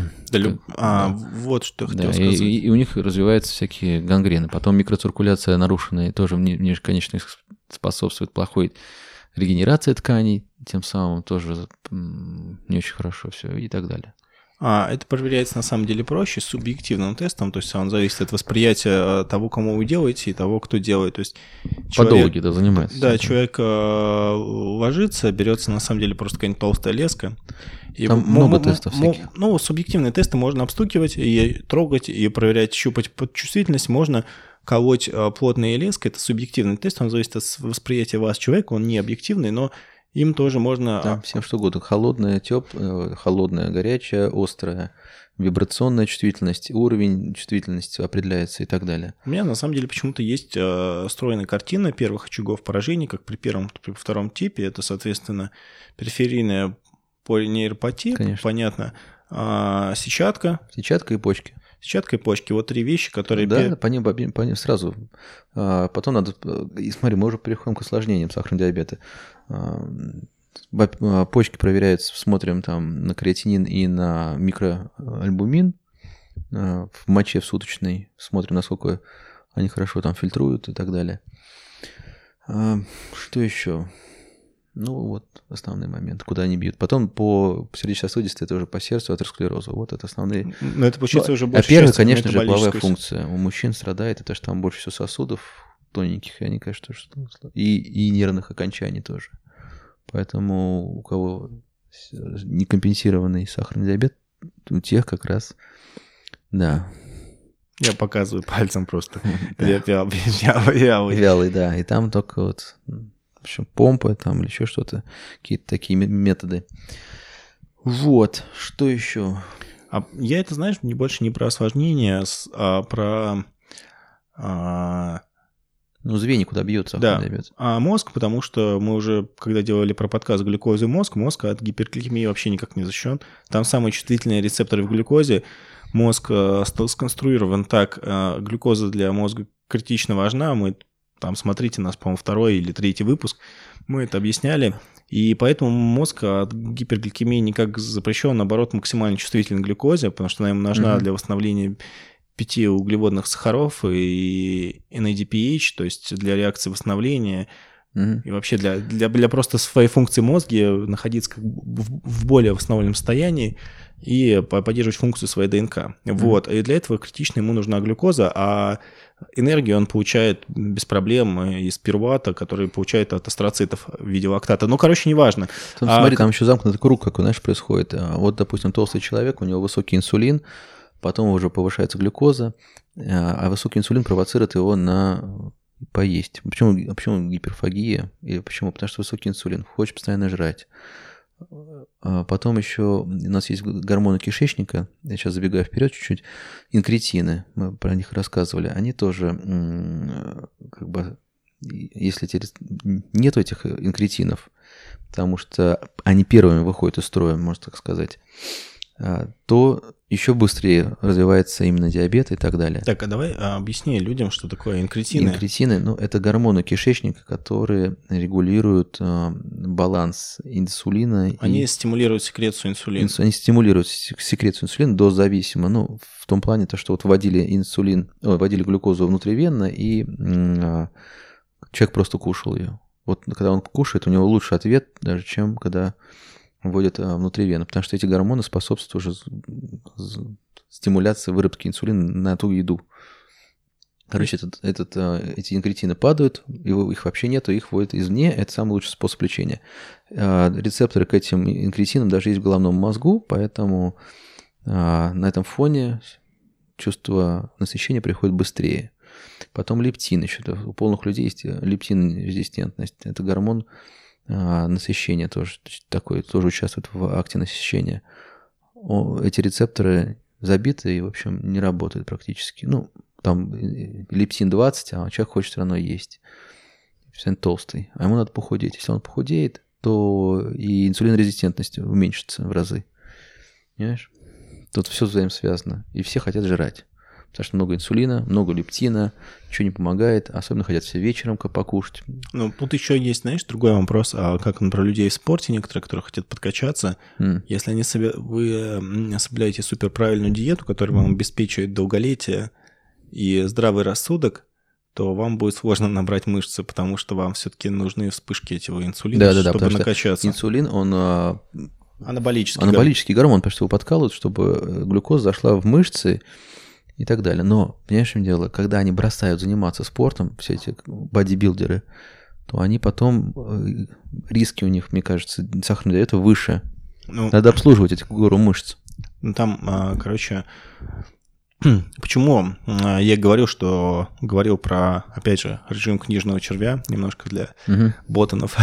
вот что я хотел сказать. И у них развиваются всякие гангрены. Потом микроциркуляция нарушенная тоже конечно, способствует плохой регенерации тканей, тем самым тоже не очень хорошо все и так далее. Это проверяется на самом деле проще, субъективным тестом, то есть он зависит от восприятия того, кому вы делаете, и того, кто делает. То есть подологи, да, занимаются. Да, человек ложится, берется на самом деле просто какая-нибудь толстая леска. И там много тестов всяких. Ну, субъективные тесты можно обстукивать, и трогать, и проверять, щупать под чувствительность. Можно колоть плотные леской, это субъективный тест, он зависит от восприятия вас человека, он не объективный, но им тоже можно... Там всем что угодно. Холодная, холодная, горячая, острая, вибрационная чувствительность, уровень чувствительности определяется и так далее. У меня на самом деле почему-то есть стройная картина первых очагов поражений, как при первом, при втором типе. Это, соответственно, периферийная полинейропатия, конечно. Понятно. Сетчатка. Сетчатка и почки. Сетчатка и почки. Вот три вещи, которые... Да, по ним сразу. Потом надо... И смотри, мы уже переходим к осложнениям сахарного диабета. Почки проверяются, смотрим там на креатинин и на микроальбумин в моче в суточной, смотрим, насколько они хорошо там фильтруют и так далее. Что еще? Ну, вот основные моменты, куда они бьют. Потом по сердечно-сосудистой, это уже по сердцу, атеросклерозу. Вот это основные... Но это получается уже больше... Первое, конечно же, половая функция. У мужчин страдает, это что там больше всего сосудов тоненьких, и они, конечно, тоже... И нервных окончаний тоже. Поэтому у кого некомпенсированный сахарный диабет, у тех как раз, да. Я показываю пальцем просто. Вялый, да. И там только вот... В общем, помпа там или еще что-то, какие-то такие методы. Вот, что еще? Я это, знаешь, больше не про осложнения, а про... Ну, звенья, куда бьется. Да, мозг, потому что мы уже, когда делали про подкаст глюкозы мозг от гипергликемии вообще никак не защищен. Там самые чувствительные рецепторы в глюкозе. Мозг сконструирован так, глюкоза для мозга критично важна, мы... Там, смотрите, нас, по-моему, 2-й или 3-й выпуск, мы это объясняли, и поэтому мозг от гипергликемии никак запрещен, наоборот, максимально чувствителен к глюкозе, потому что она ему нужна для восстановления 5 углеводных сахаров и NADPH, то есть для реакции восстановления, и вообще для просто своей функции мозга находиться как бы в более восстановленном состоянии и поддерживать функцию своей ДНК. Вот. И для этого критично ему нужна глюкоза, а энергию он получает без проблем из пирувата, который получает от астроцитов в виде лактата. Ну, короче, неважно. Смотри, там еще замкнутый круг какой, знаешь, происходит. Вот, допустим, толстый человек, у него высокий инсулин, потом уже повышается глюкоза, а высокий инсулин провоцирует его на поесть. Почему гиперфагия? И почему? Потому что высокий инсулин, хочет постоянно жрать. Потом еще у нас есть гормоны кишечника, я сейчас забегаю вперед чуть-чуть, инкретины, мы про них рассказывали, они тоже, как бы, если нет этих инкретинов, потому что они первыми выходят из строя, можно так сказать, то еще быстрее развивается именно диабет и так далее. Так, а давай объясни людям, что такое инкретины. Инкретины, ну, это гормоны кишечника, которые регулируют баланс инсулина. Они стимулируют секрецию инсулина. Они стимулируют секрецию инсулина дозависимо. Ну, в том плане, то, что вот вводили глюкозу внутривенно, и человек просто кушал ее. Вот когда он кушает, у него лучший ответ, даже чем когда вводят внутривенно, потому что эти гормоны способствуют уже стимуляции выработки инсулина на ту еду. Короче, эти инкретины падают, их вообще нету, их вводят извне, это самый лучший способ лечения. Рецепторы к этим инкретинам даже есть в головном мозгу, поэтому на этом фоне чувство насыщения приходит быстрее. Потом лептин еще. У полных людей есть лептин-резистентность. Это гормон насыщения тоже такой, тоже участвует в акте насыщения. Эти рецепторы забиты и, в общем, не работают практически. Ну, там лептин 20, а человек хочет все равно есть. Он толстый, а ему надо похудеть. Если он похудеет, то и инсулинорезистентность уменьшится в разы. Понимаешь? Тут все взаимосвязано. И все хотят жрать. Потому что много инсулина, много лептина, ничего не помогает. Особенно хотят все вечером покушать. Ну, тут еще есть, знаешь, другой вопрос. А как, например, людей в спорте некоторые, которые хотят подкачаться, если вы соблюдаете суперправильную диету, которая вам обеспечивает долголетие и здравый рассудок, то вам будет сложно набрать мышцы, потому что вам все-таки нужны вспышки этого инсулина, чтобы накачаться. Инсулин, он... Анаболический гормон, потому что его подкалывают, чтобы глюкоза зашла в мышцы и так далее. Но, понимаешь, в чем дело? Когда они бросают заниматься спортом, все эти бодибилдеры, то они потом, риски у них, мне кажется, сахарный диабет выше. Надо обслуживать эту гору мышц. Ну, там, короче, почему я говорил про, опять же, режим книжного червя, немножко для ботанов,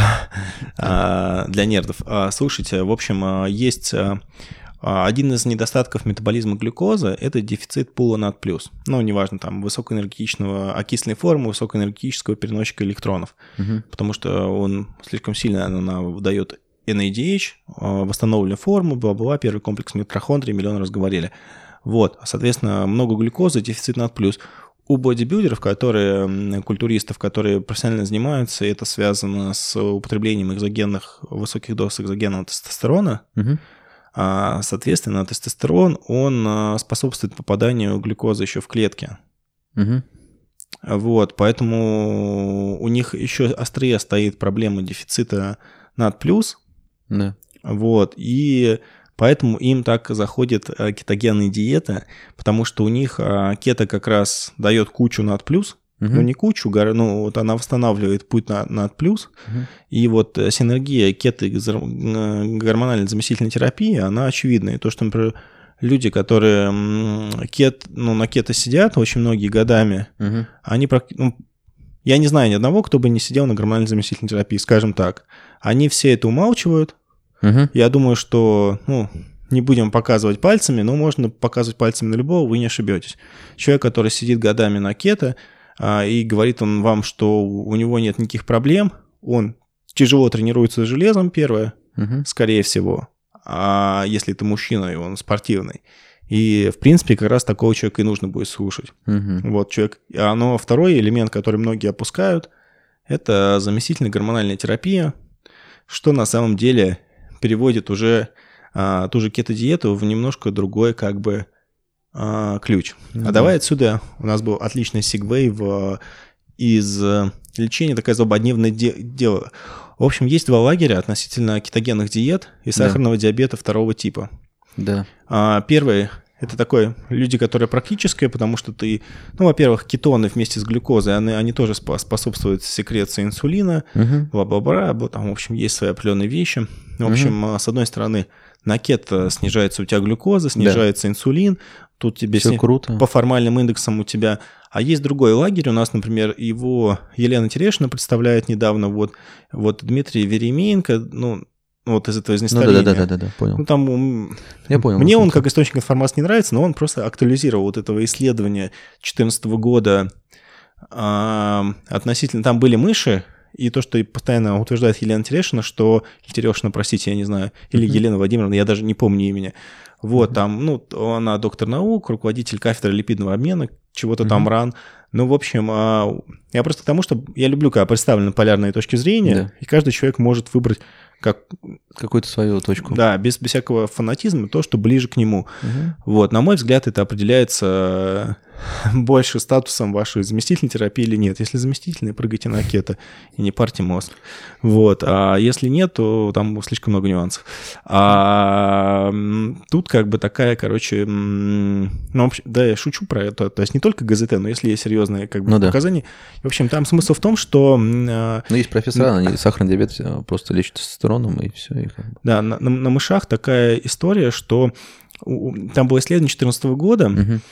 для нердов. Слушайте, в общем, есть один из недостатков метаболизма глюкозы – это дефицит пула НАД+. Ну, неважно, там, высокоэнергетичного окисленной формы, высокоэнергетического переносчика электронов, потому что он слишком сильно выдает NADH, восстановленную форму, бла-бла, первый комплекс митохондрий, миллион раз говорили. Вот, соответственно, много глюкозы, дефицит НАД+. У бодибилдеров, культуристов, которые профессионально занимаются, это связано с употреблением высоких доз экзогенного тестостерона. Соответственно, тестостерон, он способствует попаданию глюкозы еще в клетки. Вот, поэтому у них еще острее стоит проблема дефицита НАД+. Да. Вот, и поэтому им так заходит кетогенная диета, потому что у них кето как раз дает кучу НАД+, ну не кучу, вот она восстанавливает путь на НАД+, и вот синергия кето и гормональной заместительной терапии, она очевидна. И то, что, например, люди, которые на кето сидят очень многие годами, они я не знаю ни одного, кто бы не сидел на гормональной заместительной терапии, скажем так. Они все это умалчивают. Я думаю, что, не будем показывать пальцами, но можно показывать пальцами на любого, вы не ошибетесь. Человек, который сидит годами на кето, и говорит он вам, что у него нет никаких проблем, он тяжело тренируется с железом, первое, скорее всего, а если это мужчина, и он спортивный. И, в принципе, как раз такого человека и нужно будет слушать. Вот человек. Но второй элемент, который многие опускают, это заместительная гормональная терапия, что на самом деле переводит уже ту же кето-диету в немножко другой ключ. Давай отсюда, у нас был отличный сегвей из лечения, такое злободневное дело. В общем, есть два лагеря относительно кетогенных диет и сахарного диабета второго типа. Да. Первый – это такой люди, которые практические, потому что во-первых, кетоны вместе с глюкозой, они тоже способствуют секреции инсулина, бла-бла-бла, там, в общем, есть свои определенные вещи. В общем, с одной стороны, на кето снижается у тебя глюкоза, снижается инсулин, тут тебе круто. По формальным индексам у тебя... А есть другой лагерь, у нас, например, его Елена Терешина представляет недавно, вот Дмитрий Веремеенко, из этого изнестоления. Да, понял. Там, я понял. Мне он как источник информации не нравится, но он просто актуализировал вот этого исследования 2014 года относительно... Там были мыши, и то, что постоянно утверждает Елена Терешина, простите, я не знаю, или Елена Владимировна, я даже не помню имени. Вот, там, она доктор наук, руководитель кафедры липидного обмена, чего-то там РАН, Ну, в общем, я просто к тому, что я люблю, когда представлены полярные точки зрения, и каждый человек может выбрать какую-то свою точку. Да, без всякого фанатизма, то, что ближе к нему. Вот, на мой взгляд, это определяется больше статусом вашей заместительной терапии или нет. Если заместительная, прыгайте на кето и не парьте мозг. Вот, а если нет, то там слишком много нюансов. Тут как бы такая, короче, да, я шучу про это, то есть не только ГЗТ, но если есть серьезные как бы показания. В общем, там смысл в том, что... есть профессора, они сахарный диабет просто лечат тестостероном, и все. И как бы... Да, на мышах такая история, что там было исследование 2014 года.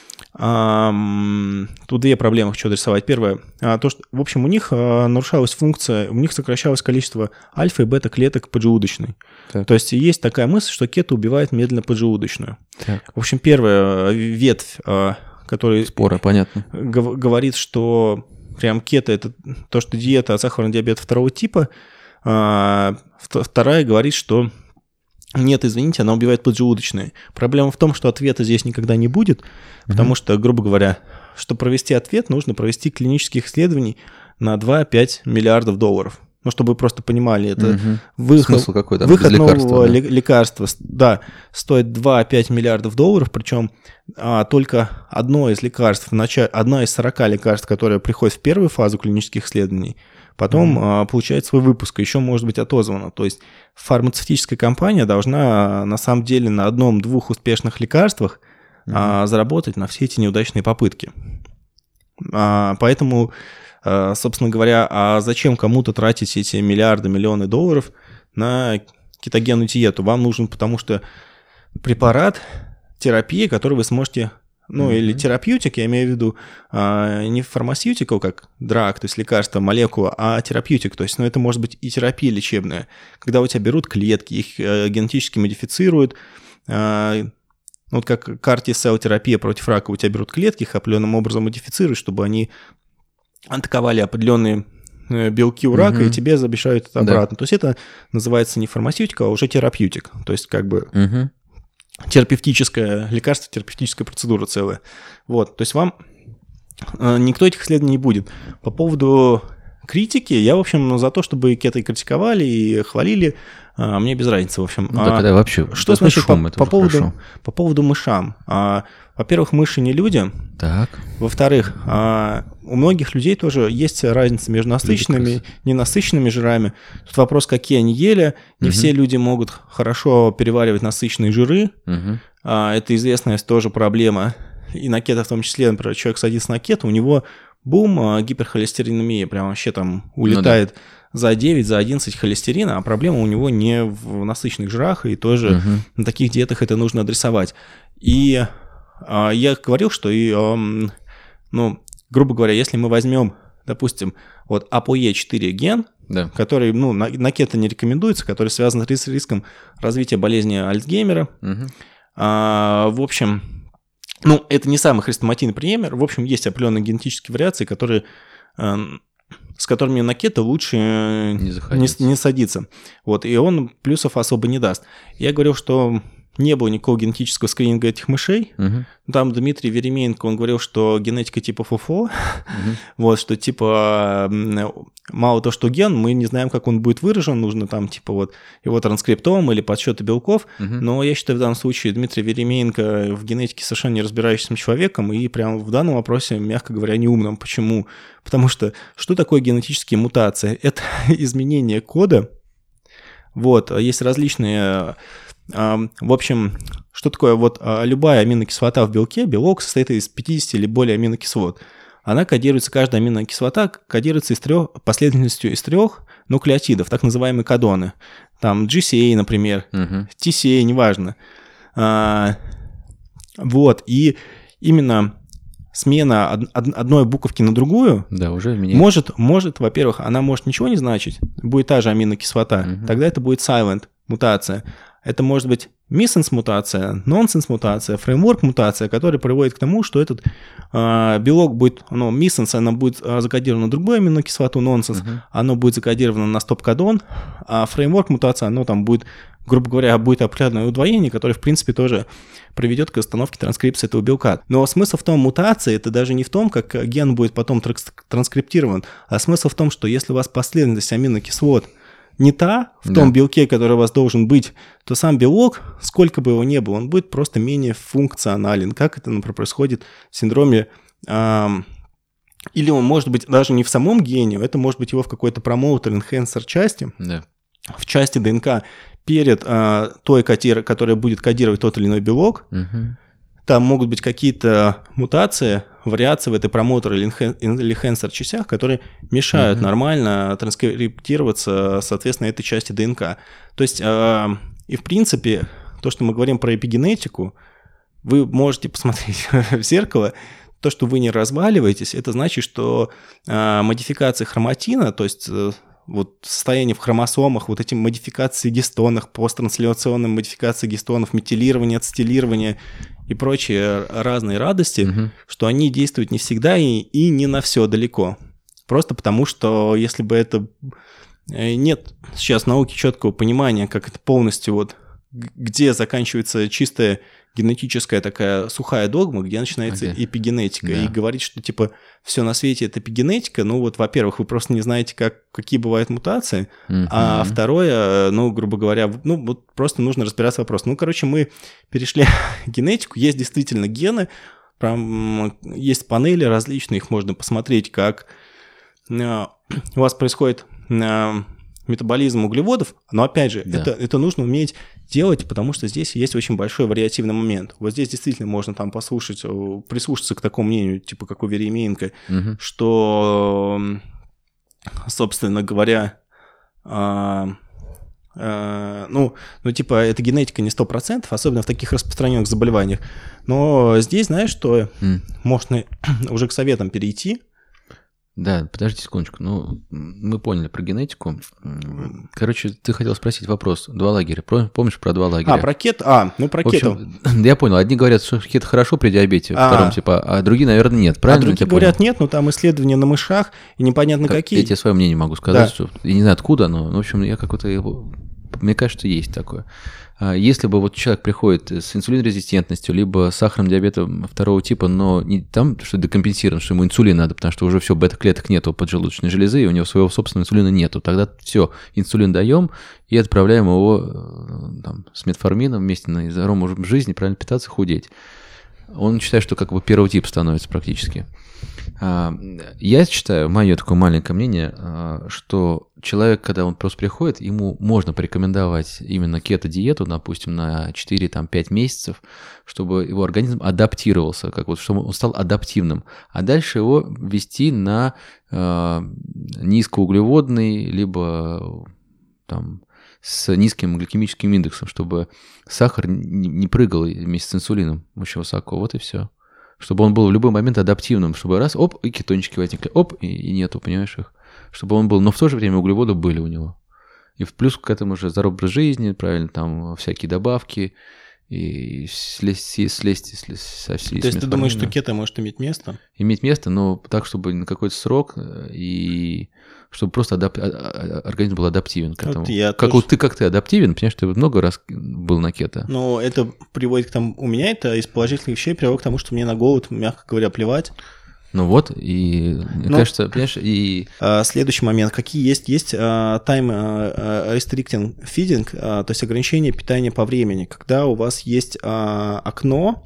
Тут две проблемы хочу адресовать. Первое, то, что, в общем, у них нарушалась функция, у них сокращалось количество альфа и бета клеток поджелудочной. Так. То есть есть такая мысль, что кето убивает медленно поджелудочную. Так. В общем, первая ветвь, которая спора, понятно, говорит, что прям кето – это то, что диета от сахарного диабета второго типа. Вторая говорит, что нет, извините, она убивает поджелудочные. Проблема в том, что ответа здесь никогда не будет, потому что, грубо говоря, чтобы провести ответ, нужно провести клинических исследований на 2-5 миллиардов долларов. Ну, чтобы вы просто понимали, это выход нового лекарства, да, стоит 2-5 миллиардов долларов, причем только одно из лекарств, одна из 40 лекарств, которые приходят в первую фазу клинических исследований, потом получает свой выпуск, еще может быть отозвано. То есть фармацевтическая компания должна на самом деле на 1-2 успешных лекарствах заработать на все эти неудачные попытки. Поэтому, собственно говоря, зачем кому-то тратить эти миллиарды, миллионы долларов на кетогенную диету? Вам нужен, потому что препарат, терапия, который вы сможете... Ну, или терапьютик, я имею в виду не фармацевтикал, как драг, то есть лекарство, молекула, а терапьютик, то есть, это может быть и терапия лечебная, когда у тебя берут клетки, их генетически модифицируют, вот как CAR-T-cell-терапия против рака, у тебя берут клетки, их определенным образом модифицируют, чтобы они атаковали определенные белки у рака, и тебе забешают это обратно. То есть это называется не фармацевтика, а уже терапьютик, то есть как бы... терапевтическое лекарство, терапевтическая процедура целая. Вот, то есть вам никто этих исследований не будет. По поводу критики, я, в общем, за то, чтобы кето и критиковали, и хвалили, мне без разницы, в общем. Тогда вообще, что значит по поводу мышам? Во-первых, мыши не люди. Так. Во-вторых, у многих людей тоже есть разница между насыщенными и ненасыщенными жирами. Тут вопрос, какие они ели. Не все люди могут хорошо переваривать насыщенные жиры. Это известная тоже проблема. И на кето в том числе, например, человек садится на кето, у него бум, гиперхолестеринемия, прям вообще там улетает за 9, за 11 холестерина, а проблема у него не в насыщенных жирах, и тоже на таких диетах это нужно адресовать. И я говорил, что, грубо говоря, если мы возьмем, допустим, вот ApoE4 ген, который на кето не рекомендуется, который связан с риском развития болезни Альцгеймера, в общем... это не самый хрестоматийный пример. В общем, есть определенные генетические вариации, с которыми на кето лучше не садиться. Вот, и он плюсов особо не даст. Я говорил, что не было никакого генетического скрининга этих мышей. Там Дмитрий Веремеенко, он говорил, что генетика типа ФУФО, вот, что типа мало то, что ген, мы не знаем, как он будет выражен, нужно там типа вот его транскриптом или подсчеты белков, но я считаю, в данном случае Дмитрий Веремеенко в генетике совершенно не разбирающимся человеком и прямо в данном вопросе, мягко говоря, неумным. Почему? Потому что такое генетические мутации? Это изменение кода. Вот, есть различные... В общем, что такое? Вот любая аминокислота в белке, белок состоит из 50 или более аминокислот. Она кодируется, каждая аминокислота кодируется последовательностью из 3 нуклеотидов, так называемые кодоны. Там GCA, например, TCA, неважно. Вот, и именно смена одной буковки на другую уже меняет. может, во-первых, она может ничего не значить, будет та же аминокислота, тогда это будет silent мутация. Это может быть миссенс-мутация, нонсенс-мутация, фреймворк-мутация, которая приводит к тому, что этот белок будет, миссенс, оно будет закодировано на другую аминокислоту, нонсенс, оно будет закодировано на стоп-кодон, а фреймворк-мутация, оно там будет, грубо говоря, будет определенное удвоение, которое, в принципе, тоже приведет к остановке транскрипции этого белка. Но смысл в том, мутации, это даже не в том, как ген будет потом транскриптирован, а смысл в том, что если у вас последовательность аминокислот не та в том белке, который у вас должен быть, то сам белок, сколько бы его ни было, он будет просто менее функционален. Как это, например, происходит в синдроме... или он может быть даже не в самом гене, это может быть его в какой-то промоутер-энхенсер части, в части ДНК перед той, которая будет кодировать тот или иной белок. Там могут быть какие-то мутации, вариации в этой промотор или энхенсер частях, которые мешают нормально транскриптироваться, соответственно, этой части ДНК. То есть, и в принципе, то, что мы говорим про эпигенетику, вы можете посмотреть в зеркало, то, что вы не разваливаетесь, это значит, что модификация хроматина, то есть вот состояние в хромосомах, вот эти модификации гистонов, посттранслационные модификации гистонов, метилирование, ацетилирование и прочие разные радости, что они действуют не всегда и не на все далеко. Просто потому, что если бы это... Нет сейчас в науке четкого понимания, как это полностью вот... Где заканчивается чистая генетическая такая сухая догма, где начинается эпигенетика. И говорить, что типа все на свете это эпигенетика, ну вот, во-первых, вы просто не знаете, какие бывают мутации, а второе, ну, грубо говоря, ну вот просто нужно разбираться в вопросе. Ну, короче, мы перешли генетику, есть действительно гены, прям есть панели различные, их можно посмотреть, как у вас происходит метаболизм углеводов, но опять же, это нужно уметь делать, потому что здесь есть очень большой вариативный момент. Вот здесь действительно можно там прислушаться к такому мнению, типа как у Веремеенко, что, собственно говоря, типа это генетика не 100%, особенно в таких распространенных заболеваниях. Но здесь, знаешь, что можно уже к советам перейти. Да, подожди секундочку. Ну, мы поняли про генетику. Короче, ты хотел спросить вопрос. 2 лагеря. Помнишь про 2 лагеря? Про кето? Про кето. Я понял. Одни говорят, что кето хорошо при диабете, втором типа, а другие, наверное, нет. Правильно? Другие говорят нет, но там исследования на мышах, и непонятно какие. Я тебе свое мнение могу сказать, что я не знаю откуда, но, в общем, я какой-то... Мне кажется, есть такое. Если бы вот человек приходит с инсулинорезистентностью, либо с сахарным диабетом 2 типа, но не там, что декомпенсирован, что ему инсулин надо, потому что уже все, бета-клеток нету поджелудочной железы, и у него своего собственного инсулина нету, тогда все, инсулин даем и отправляем его там, с метформином вместе на здоровом образом жизни, правильно питаться, худеть. Он считает, что как бы 1 тип становится практически. Я считаю, мое такое маленькое мнение, что человек, когда он просто приходит, ему можно порекомендовать именно кето-диету, допустим, на 4-5 месяцев, чтобы его организм адаптировался, как вот, чтобы он стал адаптивным, а дальше его ввести на низкоуглеводный, либо там с низким гликемическим индексом, чтобы сахар не прыгал вместе с инсулином очень высоко, вот и все. Чтобы он был в любой момент адаптивным, чтобы раз, оп, и кетончики возникли, оп, и нету, понимаешь, их. Чтобы он был, но в то же время углеводы были у него. И в плюс к этому же здоровый образ жизни, правильно, там всякие добавки, и слезть со всей... То есть ты думаешь, что кето может иметь место? Иметь место, но так, чтобы на какой-то срок, и чтобы просто организм был адаптивен к этому. Вот как ты адаптивен, понимаешь, ты много раз был на кето. Но это приводит к тому... У меня это из положительных вещей приводит к тому, что мне на голод, мягко говоря, плевать. Ну вот, и мне кажется, понимаешь, и... Следующий момент. Какие есть time restricting feeding, то есть ограничение питания по времени, когда у вас есть окно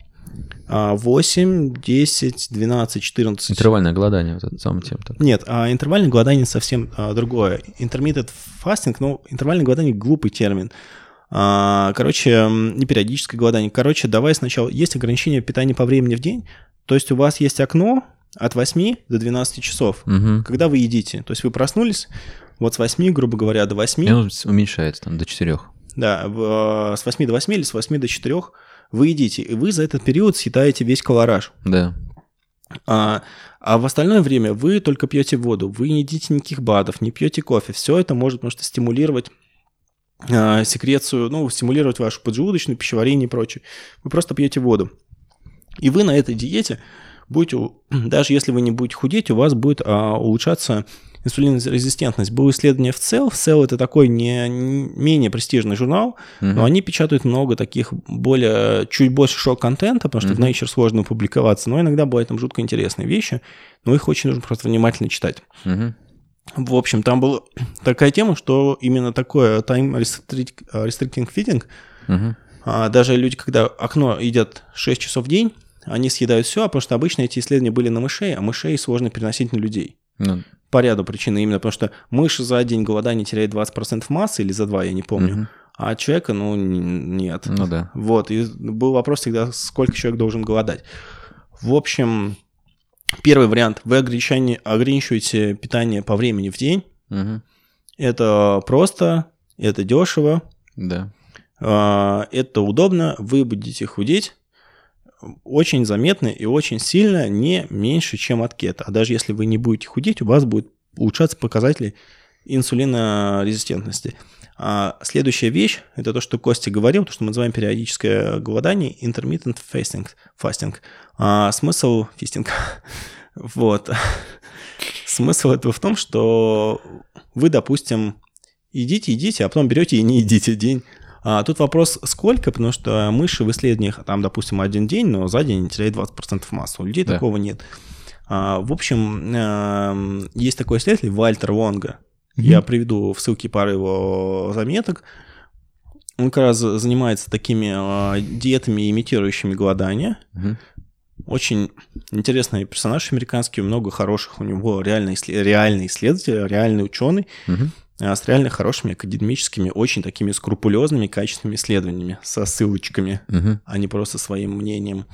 8, 10, 12, 14... Интервальное голодание, вот это самая тема. Нет, интервальное голодание совсем другое. Intermittent fasting, интервальное голодание – глупый термин. Короче, не периодическое голодание. Короче, давай сначала... Есть ограничение питания по времени в день, то есть у вас есть окно от 8 до 12 часов, когда вы едите. То есть вы проснулись вот с 8, грубо говоря, до 8. И он уменьшается там до 4. Да, с 8 до 8 или с 8 до 4 вы едите, и вы за этот период съедаете весь колораж. Да. А в остальное время вы только пьете воду, вы не едите никаких БАДов, не пьете кофе. Все это может стимулировать секрецию, ну, стимулировать вашу поджелудочную, пищеварение и прочее. Вы просто пьете воду. И вы на этой диете будете, даже если вы не будете худеть, у вас будет улучшаться инсулинорезистентность. Было исследование в Cell. Cell – это такой не менее престижный журнал, но они печатают много таких чуть больше шок-контента, потому что в Nature сложно публиковаться, но иногда бывают там жутко интересные вещи, но их очень нужно просто внимательно читать. В общем, там была такая тема, что именно такое time restricting feeding, даже люди, когда окно едят 6 часов в день, они съедают все, потому что обычно эти исследования были на мышей, а мышей сложно переносить на людей. По ряду причин, именно потому что мышь за день голодания теряет 20% массы, или за 2, я не помню, а человека, нет. Ну да. Вот, и был вопрос всегда, сколько человек должен голодать. В общем, первый вариант, вы ограничиваете питание по времени в день. Это просто, это дешево, да. Это удобно, вы будете худеть очень заметно и очень сильно, не меньше, чем от кето. А даже если вы не будете худеть, у вас будут улучшаться показатели инсулинорезистентности. Следующая вещь, это то, что Костя говорил, то, что мы называем периодическое голодание, intermittent fasting. Смысл фистинг. Вот. Смысл этого в том, что вы, допустим, едите, а потом берете и не едите день. Тут вопрос сколько, потому что мыши в исследованиях, там, допустим, один день, но за день теряет 20% массы. У людей такого нет. В общем, есть такой исследователь Вальтер Вонга. Я приведу в ссылке пару его заметок. Он как раз занимается такими диетами, имитирующими голодание. Очень интересный персонаж американский, много хороших у него реальный исследователь, реальный ученый. С реально хорошими академическими, очень такими скрупулезными, качественными исследованиями, со ссылочками, а не просто своим мнением.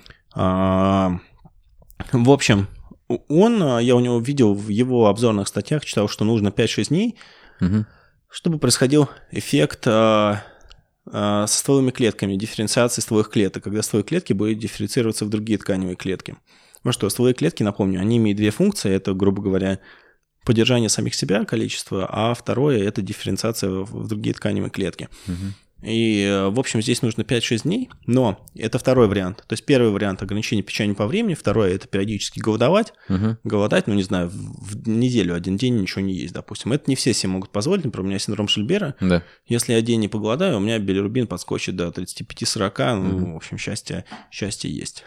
В общем, я у него видел в его обзорных статьях, читал, что нужно 5-6 дней, чтобы происходил эффект со стволовыми клетками, дифференциации стволовых клеток, когда стволовые клетки будут дифференцироваться в другие тканевые клетки. Ну что, стволовые клетки, напомню, они имеют две функции, это, грубо говоря, поддержание самих себя количества, а второе – это дифференциация в другие тканевые клетки. И, в общем, здесь нужно 5-6 дней, но это второй вариант. То есть первый вариант – ограничение питания по времени, второе – это периодически голодать. Голодать, не знаю, в неделю один день ничего не есть, допустим. Это не все себе могут позволить, например, у меня синдром Шильбера. Да. Если я день не поголодаю, у меня билирубин подскочит до 35-40, в общем, счастье есть.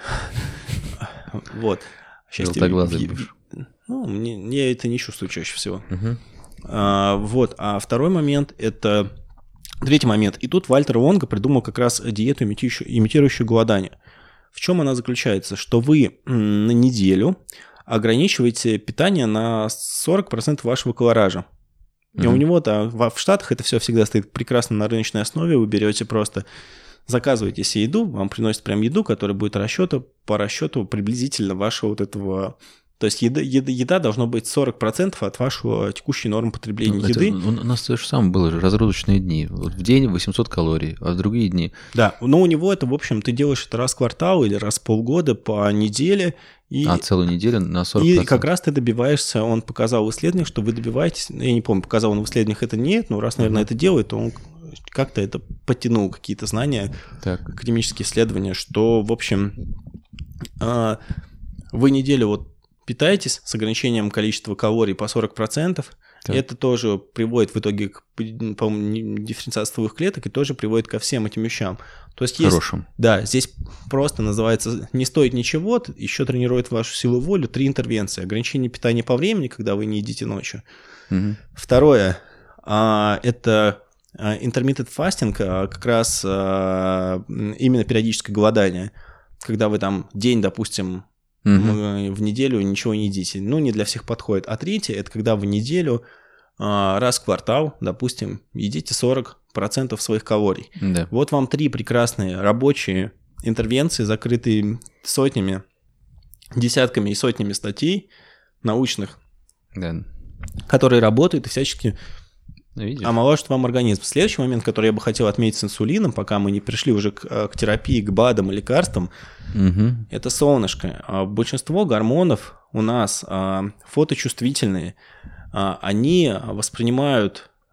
Вот. Желтоглазый будешь. Я это не чувствую чаще всего. Вот. А второй момент – это третий момент. И тут Вальтер Вонга придумал как раз диету, имитирующую голодание. В чем она заключается? Что вы на неделю ограничиваете питание на 40% вашего калоража. И у него-то в Штатах это все всегда стоит прекрасно на рыночной основе. Вы берете просто, заказываете себе еду, вам приносят прям еду, которая будет по расчету приблизительно вашего вот этого... То есть еда должна быть 40% от вашего текущей нормы потребления еды. У нас то же самое было же, разгрузочные дни. Вот в день 800 калорий, а в другие дни... Да, но у него это, в общем, ты делаешь это раз в квартал или раз в полгода по неделе. Целую неделю на 40%. И как раз ты добиваешься, он показал в исследованиях, что вы добиваетесь, я не помню, показал он в исследованиях это нет, но раз, наверное, это делает, то он как-то это подтянул, какие-то знания, академические исследования, что, в общем, вы неделю питаетесь с ограничением количества калорий по 40%, это тоже приводит в итоге к, по-моему, дифференциации стволовых клеток и тоже приводит ко всем этим вещам. То есть здесь просто называется «не стоит ничего», еще тренирует вашу силу воли, 3 интервенции. Ограничение питания по времени, когда вы не едите ночью. Второе – это intermittent fasting, как раз именно периодическое голодание, когда вы там день, допустим, в неделю ничего не едите. Не для всех подходит. А третье – это когда в неделю раз в квартал, допустим, едите 40% своих калорий. Да. Вот вам 3 прекрасные рабочие интервенции, закрытые сотнями, десятками и сотнями статей научных, которые работают и всячески омолаживают вам организм. Следующий момент, который я бы хотел отметить с инсулином, пока мы не пришли уже к терапии, к БАДам и лекарствам, это солнышко. Большинство гормонов у нас фоточувствительные. Они воспринимают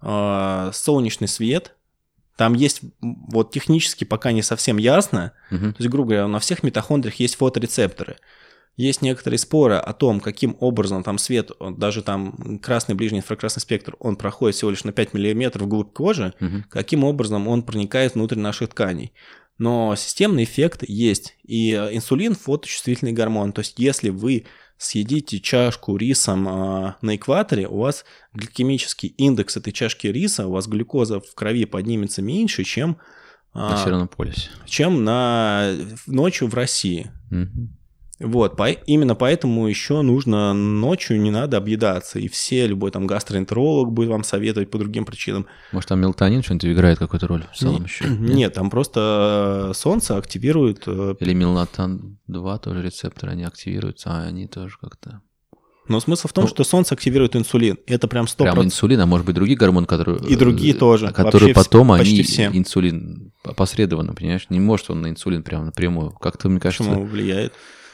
солнечный свет. Там есть, вот технически пока не совсем ясно, то есть, грубо говоря, на всех митохондриях есть фоторецепторы. Есть некоторые споры о том, каким образом там свет, даже там красный, ближний инфракрасный спектр, он проходит всего лишь на 5 мм вглубь кожи, каким образом он проникает внутрь наших тканей. Но системный эффект есть. И инсулин – фоточувствительный гормон. То есть, если вы съедите чашку рисом на экваторе, у вас гликемический индекс этой чашки риса, у вас глюкоза в крови поднимется меньше, чем на Северном полюсе, чем ночью в России. Вот, именно поэтому еще нужно ночью не надо объедаться. И любой там гастроэнтеролог будет вам советовать по другим причинам. Может, там мелатонин что-нибудь играет какую-то роль в целом еще? Нет, там просто солнце активирует... Или мелатон-2 тоже рецепторы, они активируются, а они тоже как-то... Но смысл в том, что солнце активирует инсулин. Это прям 100%. Прям инсулин, а может быть другие гормоны, которые... И другие тоже. Которые потом почти они все. Инсулин опосредованно, понимаешь? Не может он на инсулин прямо напрямую. Как-то, мне кажется... Почему влияет?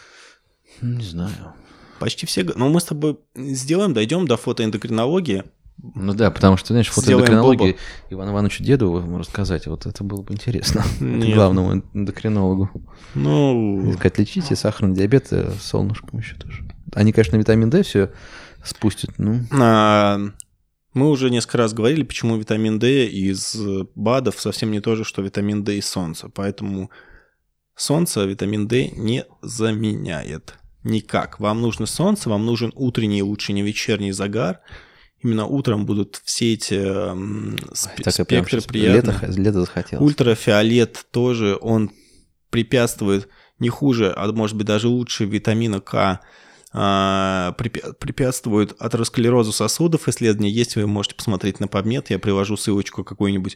Не знаю. Почти все... Но мы с тобой дойдем до фотоэндокринологии. Ну да, потому что, знаешь, фотоэндокринологию Ивану Ивановичу Дедову рассказать, вот это было бы интересно. Главному эндокринологу. Ну... Сказать, лечите сахарный диабет солнышком еще тоже. Они, конечно, витамин D все спустят, ну... Мы уже несколько раз говорили, почему витамин D из БАДов совсем не то же, что витамин D из солнца. Поэтому солнце витамин D не заменяет никак. Вам нужно солнце, вам нужен утренний, лучше не вечерний загар. Именно утром будут все эти спектры приятные. Лето захотелось. Ультрафиолет тоже, он препятствует не хуже, а может быть даже лучше витамина К, препятствует атеросклерозу сосудов. Исследования есть, вы можете посмотреть на PubMed, я привожу ссылочку какую-нибудь.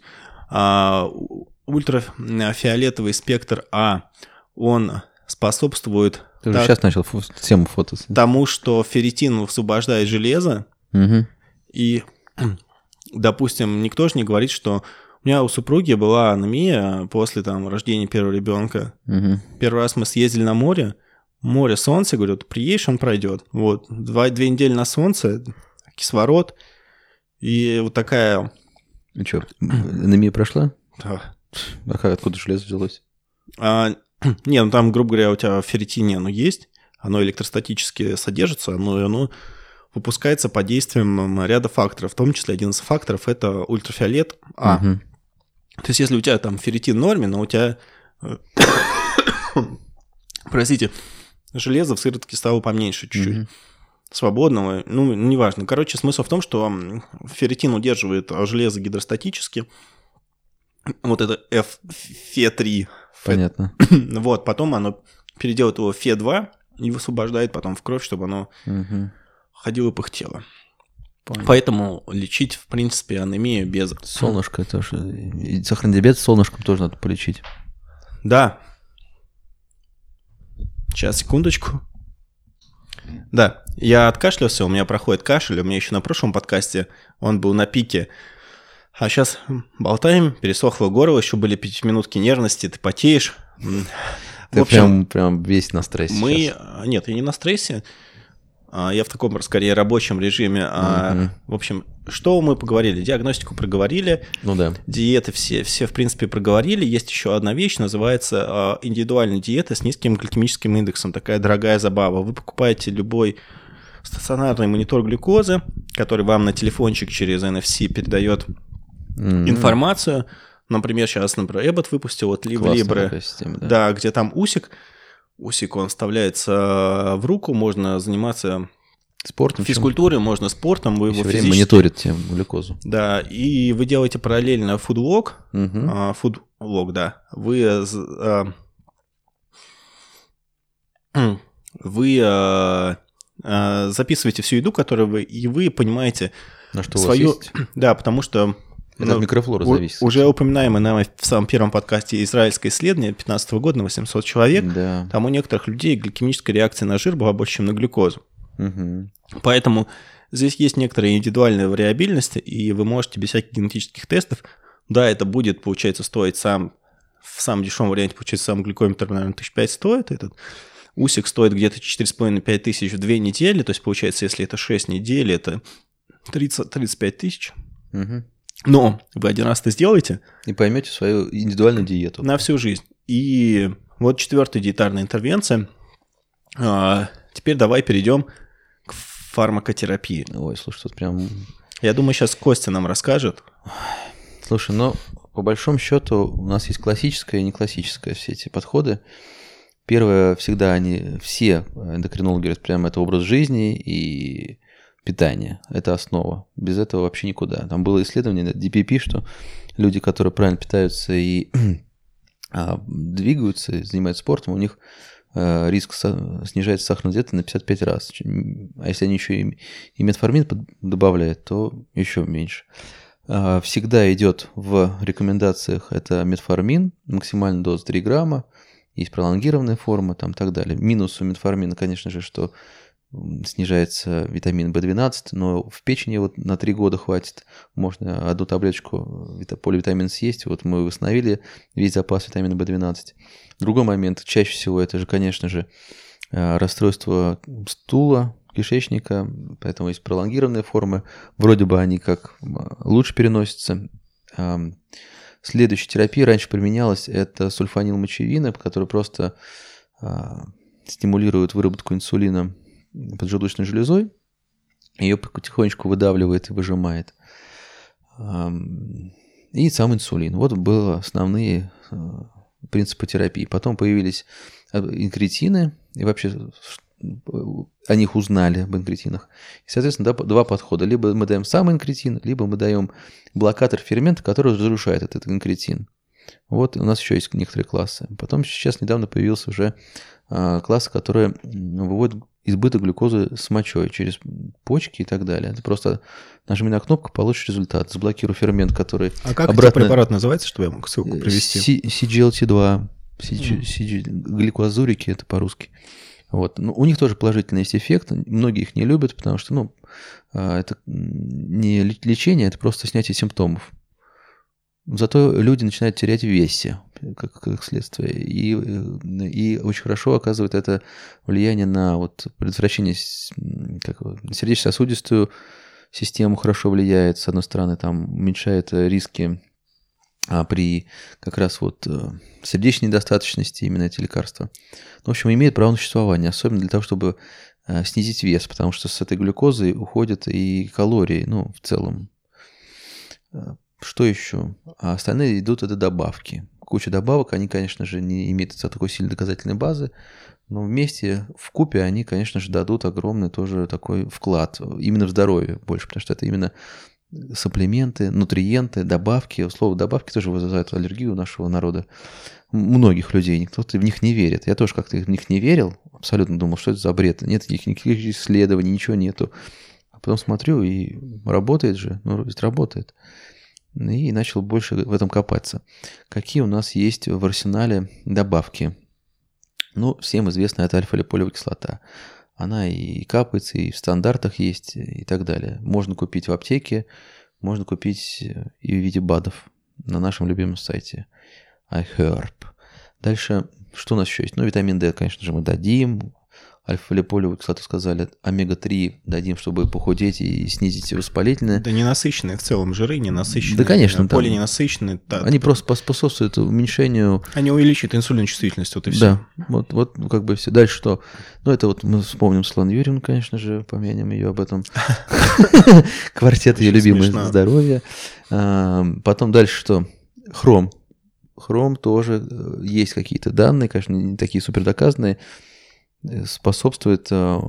Ультрафиолетовый спектр А, он способствует... Ты уже сейчас начал тему фото. Тому, что ферритин освобождает железо. И, допустим, никто же не говорит, что у меня у супруги была анемия после там, рождения первого ребенка. Первый раз мы съездили на море, солнце, говорю, приедешь, он пройдет. Вот, 2 недели на солнце, кислород, и вот такая... Ну что, анемия прошла? Да. А как, откуда железо взялось? Не, ну там, грубо говоря, у тебя ферритин, оно есть, оно электростатически содержится, но оно выпускается под действием ряда факторов, в том числе один из факторов – это ультрафиолет А. То есть, если у тебя там ферритин в норме, но у тебя, простите, железо в сыворотке стало поменьше чуть-чуть, свободного, ну, неважно. Короче, смысл в том, что ферритин удерживает железо гидростатически, вот это Фе3. Понятно. Вот, потом оно переделает его в Фе2 и высвобождает потом в кровь, чтобы оно ходило и пыхтело. Понятно. Поэтому лечить, в принципе, анемию без... Солнышко тоже. И сахарный диабет солнышком тоже надо полечить. Да. Сейчас, секундочку. Да, я откашлялся, у меня проходит кашель, у меня еще на прошлом подкасте он был на пике. А сейчас болтаем, пересохло горло, еще были 5-минутки нервности, ты потеешь. Ты в общем, прям весь на стрессе сейчас. Нет, я не на стрессе. Я в таком, скорее, рабочем режиме. В общем, что мы поговорили? Диагностику проговорили. Ну да. Диеты все, в принципе, проговорили. Есть еще одна вещь, называется индивидуальная диета с низким гликемическим индексом. Такая дорогая забава. Вы покупаете любой стационарный монитор глюкозы, который вам на телефончик через NFC передает информацию. Например, сейчас, Эббот выпустил вот Libre, да, где там усик. Усик, он вставляется в руку, можно заниматься спортом, физкультурой, можно спортом. Вы его время мониторит тем глюкозу. Да, и вы делаете параллельно фудлог. Фудлог, да. Вы записываете всю еду, которую вы понимаете, на что свою... у вас есть. Да, потому что... Это от микрофлоры зависит. Уже упоминаемое нами в самом первом подкасте израильское исследование 2015 года на 800 человек. Да. Там у некоторых людей гликемическая реакция на жир была больше, чем на глюкозу. Поэтому здесь есть некоторая индивидуальная вариабельность, и вы можете без всяких генетических тестов, да, это будет, получается, стоить в самом дешевом варианте, получается, сам глюкометр, наверное, 1500 стоит, этот усик стоит где-то 4,5-5 тысяч в 2 недели, то есть, получается, если это 6 недель, это 30-35 тысяч. Но вы один раз это сделаете. И поймете свою индивидуальную диету. На всю жизнь. И вот 4-я диетарная интервенция. Теперь давай перейдем к фармакотерапии. Ой, слушай, тут прям... Я думаю, сейчас Костя нам расскажет. Слушай, по большому счету у нас есть классическое и неклассическое все эти подходы. Первое, всегда все эндокринологи говорят, прямо это образ жизни и питание. Это основа. Без этого вообще никуда. Там было исследование DPP, что люди, которые правильно питаются и двигаются, и занимаются спортом, у них риск снижается сахарного диабета на 55 раз. А если они еще и метформин добавляют, то еще меньше. Всегда идет в рекомендациях это метформин, максимальная доза 3 грамма, есть пролонгированная форма, там так далее. Минус у метформина, конечно же, что снижается витамин В12, но в печени вот на 3 года хватит. Можно одну таблеточку поливитамин съесть. Вот мы восстановили весь запас витамина В12. Другой момент, чаще всего это же, конечно же, расстройство стула, кишечника, поэтому есть пролонгированные формы. Вроде бы они как лучше переносятся. Следующая терапия раньше применялась, это сульфанилмочевина, который просто стимулирует выработку инсулина поджелудочной железой, ее потихонечку выдавливает и выжимает. И сам инсулин. Вот были основные принципы терапии. Потом появились инкретины, и вообще о них узнали, об инкретинах. И, соответственно, два подхода. Либо мы даем сам инкретин, либо мы даем блокатор фермента, который разрушает этот инкретин. Вот у нас еще есть некоторые классы. Потом сейчас недавно появился уже классы, которые выводят избыток глюкозы с мочой через почки и так далее. Это просто нажми на кнопку, получишь результат. Заблокируй фермент, который А как этот препарат называется, чтобы я мог ссылку привести? CGLT2. Гликозурики, это по-русски. Вот. Ну, у них тоже положительный есть эффект. Многие их не любят, потому что это не лечение, это просто снятие симптомов. Зато люди начинают терять в весе, как следствие. И очень хорошо оказывает это влияние на предотвращение, сердечно-сосудистую систему хорошо влияет. С одной стороны, там уменьшает риски при как раз сердечной недостаточности именно эти лекарства. В общем, имеет право на существование, особенно для того, чтобы снизить вес, потому что с этой глюкозой уходят и калории, в целом. Что еще? А остальные идут это добавки. Куча добавок, они, конечно же, не имеют такой сильной доказательной базы, но вместе, вкупе они, конечно же, дадут огромный тоже такой вклад именно в здоровье больше, потому что это именно сапплементы, нутриенты, добавки. Слово добавки тоже вызывает аллергию у нашего народа. Многих людей, никто в них не верит. Я тоже как-то в них не верил, абсолютно думал, что это за бред. Нет никаких исследований, ничего нету. А потом смотрю, и работает же, ведь работает. И начал больше в этом копаться. Какие у нас есть в арсенале добавки? Всем известно, это альфа-липолевая кислота. Она и капается, и в стандартах есть, и так далее. Можно купить в аптеке, можно купить и в виде БАДов на нашем любимом сайте iHerb. Дальше, что у нас еще есть? Витамин D, конечно же, мы дадим. Альфа-липолевую кислоту сказали, омега-3 дадим, чтобы похудеть и снизить воспалительное. Да ненасыщенные в целом жиры, ненасыщенные. Да, конечно. Полиненасыщенные. Они просто способствуют уменьшению... Они увеличивают инсулиночувствительность, вот и все. Да, вот как бы все. Дальше что? Это мы вспомним Светлану Юрьевну, конечно же, помянем ее об этом. Квартет ее любимое здоровье. Потом дальше что? Хром. Хром тоже есть какие-то данные, конечно, не такие супердоказанные, способствует,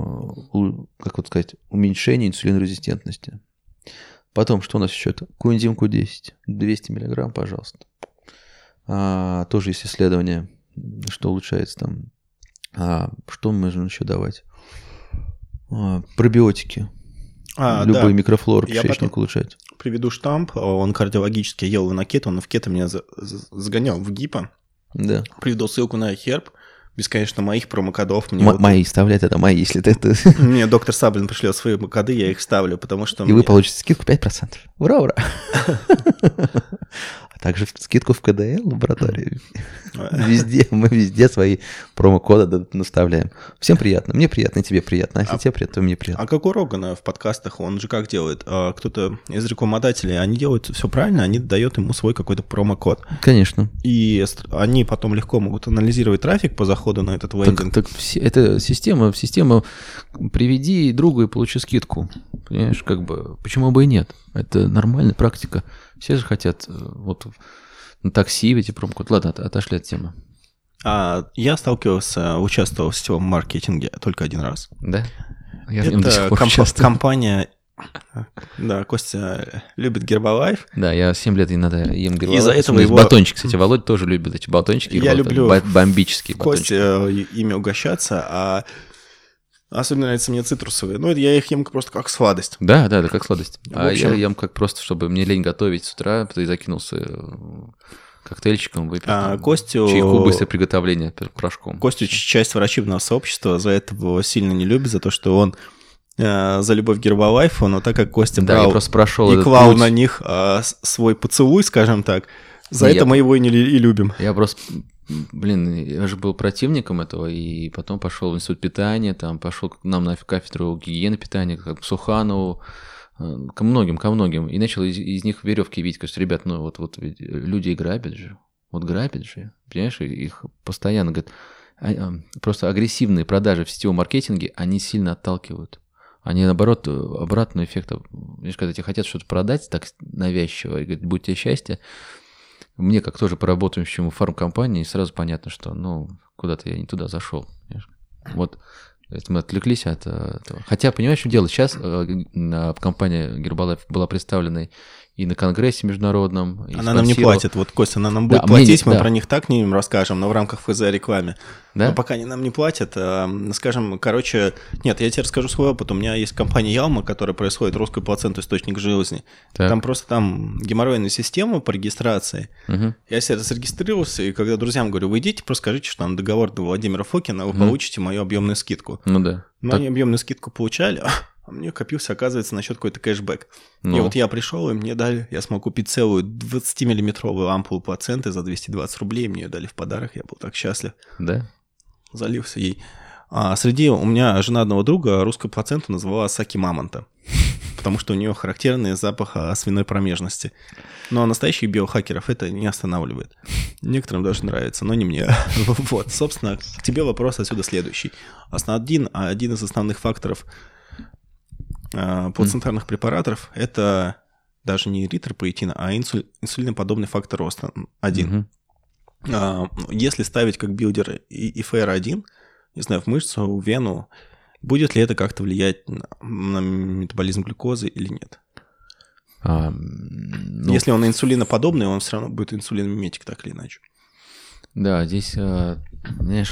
уменьшению инсулинорезистентности. Потом, что у нас еще? Коэнзим Q10, 200 мг, пожалуйста. Тоже есть исследование, что улучшается там. Что можно еще давать? Пробиотики. Любой микрофлора кишечника улучшать. Приведу штамп, он кардиологический, я ел его на кето, он в кето меня загонял в гипо. Да. Приведу ссылку на iHerb. Без, конечно, моих промокодов. Мои вставлять, это мои, если ты это... Мне доктор Саблин пришлет свои коды, я их ставлю, потому что... И вы получите скидку 5%. Ура, ура! Также скидку в КДЛ лаборатории. Мы везде свои промокоды наставляем. Всем приятно. Мне приятно, и тебе приятно. А если тебе приятно, то мне приятно. А как у Рогана в подкастах, он же как делает? Кто-то из рекламодателей, они делают все правильно, они дают ему свой какой-то промокод. Конечно. И они потом легко могут анализировать трафик по заходу на этот лендинг. Так это система приведи друга и получи скидку. Понимаешь, как бы, почему бы и нет? Это нормальная практика. Все же хотят вот на такси эти промокоды. Ладно, отошли от темы. Я участвовал в сетевом маркетинге только один раз. Да? Это компания... Да, Костя любит Herbalife. Да, я 7 лет иногда ем Herbalife. Из-за этого его... Батончики, кстати, Володя тоже любит эти батончики. Я люблю бомбические Костя ими угощаться, а особенно нравятся мне цитрусовые. Ну, я их ем просто как сладость. Да, как сладость. А я ем как просто, чтобы мне лень готовить с утра, и закинулся коктейльчиком, выпил. Костю... Чайку быстрое приготовление порошком. Костю часть врачебного сообщества за это его сильно не любит, за то, что он за любовь к Herbalife, но так как Костя брал и клал на них свой поцелуй, скажем так, за это мы его и любим. Я просто... я же был противником этого, и потом пошел в институт питания, там пошел к нам на кафедру гигиены питания, к Суханову, ко многим, и начал из них веревки видеть. Кажется, ребят, ведь люди и грабят же, понимаешь, их постоянно, говорят, просто агрессивные продажи в сетевом маркетинге, они сильно отталкивают. Они, наоборот, обратный эффект. Видишь, когда тебе хотят что-то продать так навязчиво, и говорят, будь тебе счастье, мне, как тоже поработающему в фармкомпании, сразу понятно, что, куда-то я не туда зашел. Понимаешь? Вот, мы отвлеклись от этого. Хотя, понимаешь, что дело? Сейчас компания Herbalife была представлена и на конгрессе международном. Она нам не платит. Вот, Костя, она нам будет платить, мы про них так не им расскажем, но в рамках ФЗ рекламе. Да? Но пока они нам не платят, скажем, нет, я тебе расскажу свой опыт. У меня есть компания Ялма, которая производит русскую плаценту источник жизни. Так. Там геморройная система по регистрации. Угу. Я себе зарегистрировался, и когда друзьям говорю, вы идите, просто скажите, что там договор до Владимира Фокина, вы получите мою объемную скидку. Да. Они объемную скидку получали, а мне копился, оказывается, на счет какой-то кэшбэк. И вот я пришел, и мне дали, я смог купить целую 20-миллиметровую ампулу плаценты за 220 рублей, мне ее дали в подарок, я был так счастлив. Да? Залився ей. Среди у меня жена одного друга русскую плаценту назвала Саки Мамонта, потому что у нее характерный запах свиной промежности. Но настоящих биохакеров это не останавливает. Некоторым даже нравится, но не мне. Вот, собственно, к тебе вопрос отсюда следующий. Один из основных факторов плацентарных препаратов – это даже не эритропоэтин, а инсулиноподобный фактор роста 1. Если ставить как билдер ИФР-1, не знаю, в мышцу, в вену, будет ли это как-то влиять на метаболизм глюкозы или нет? Если он инсулиноподобный, он все равно будет инсулиномиметик, так или иначе. Да, здесь, знаешь,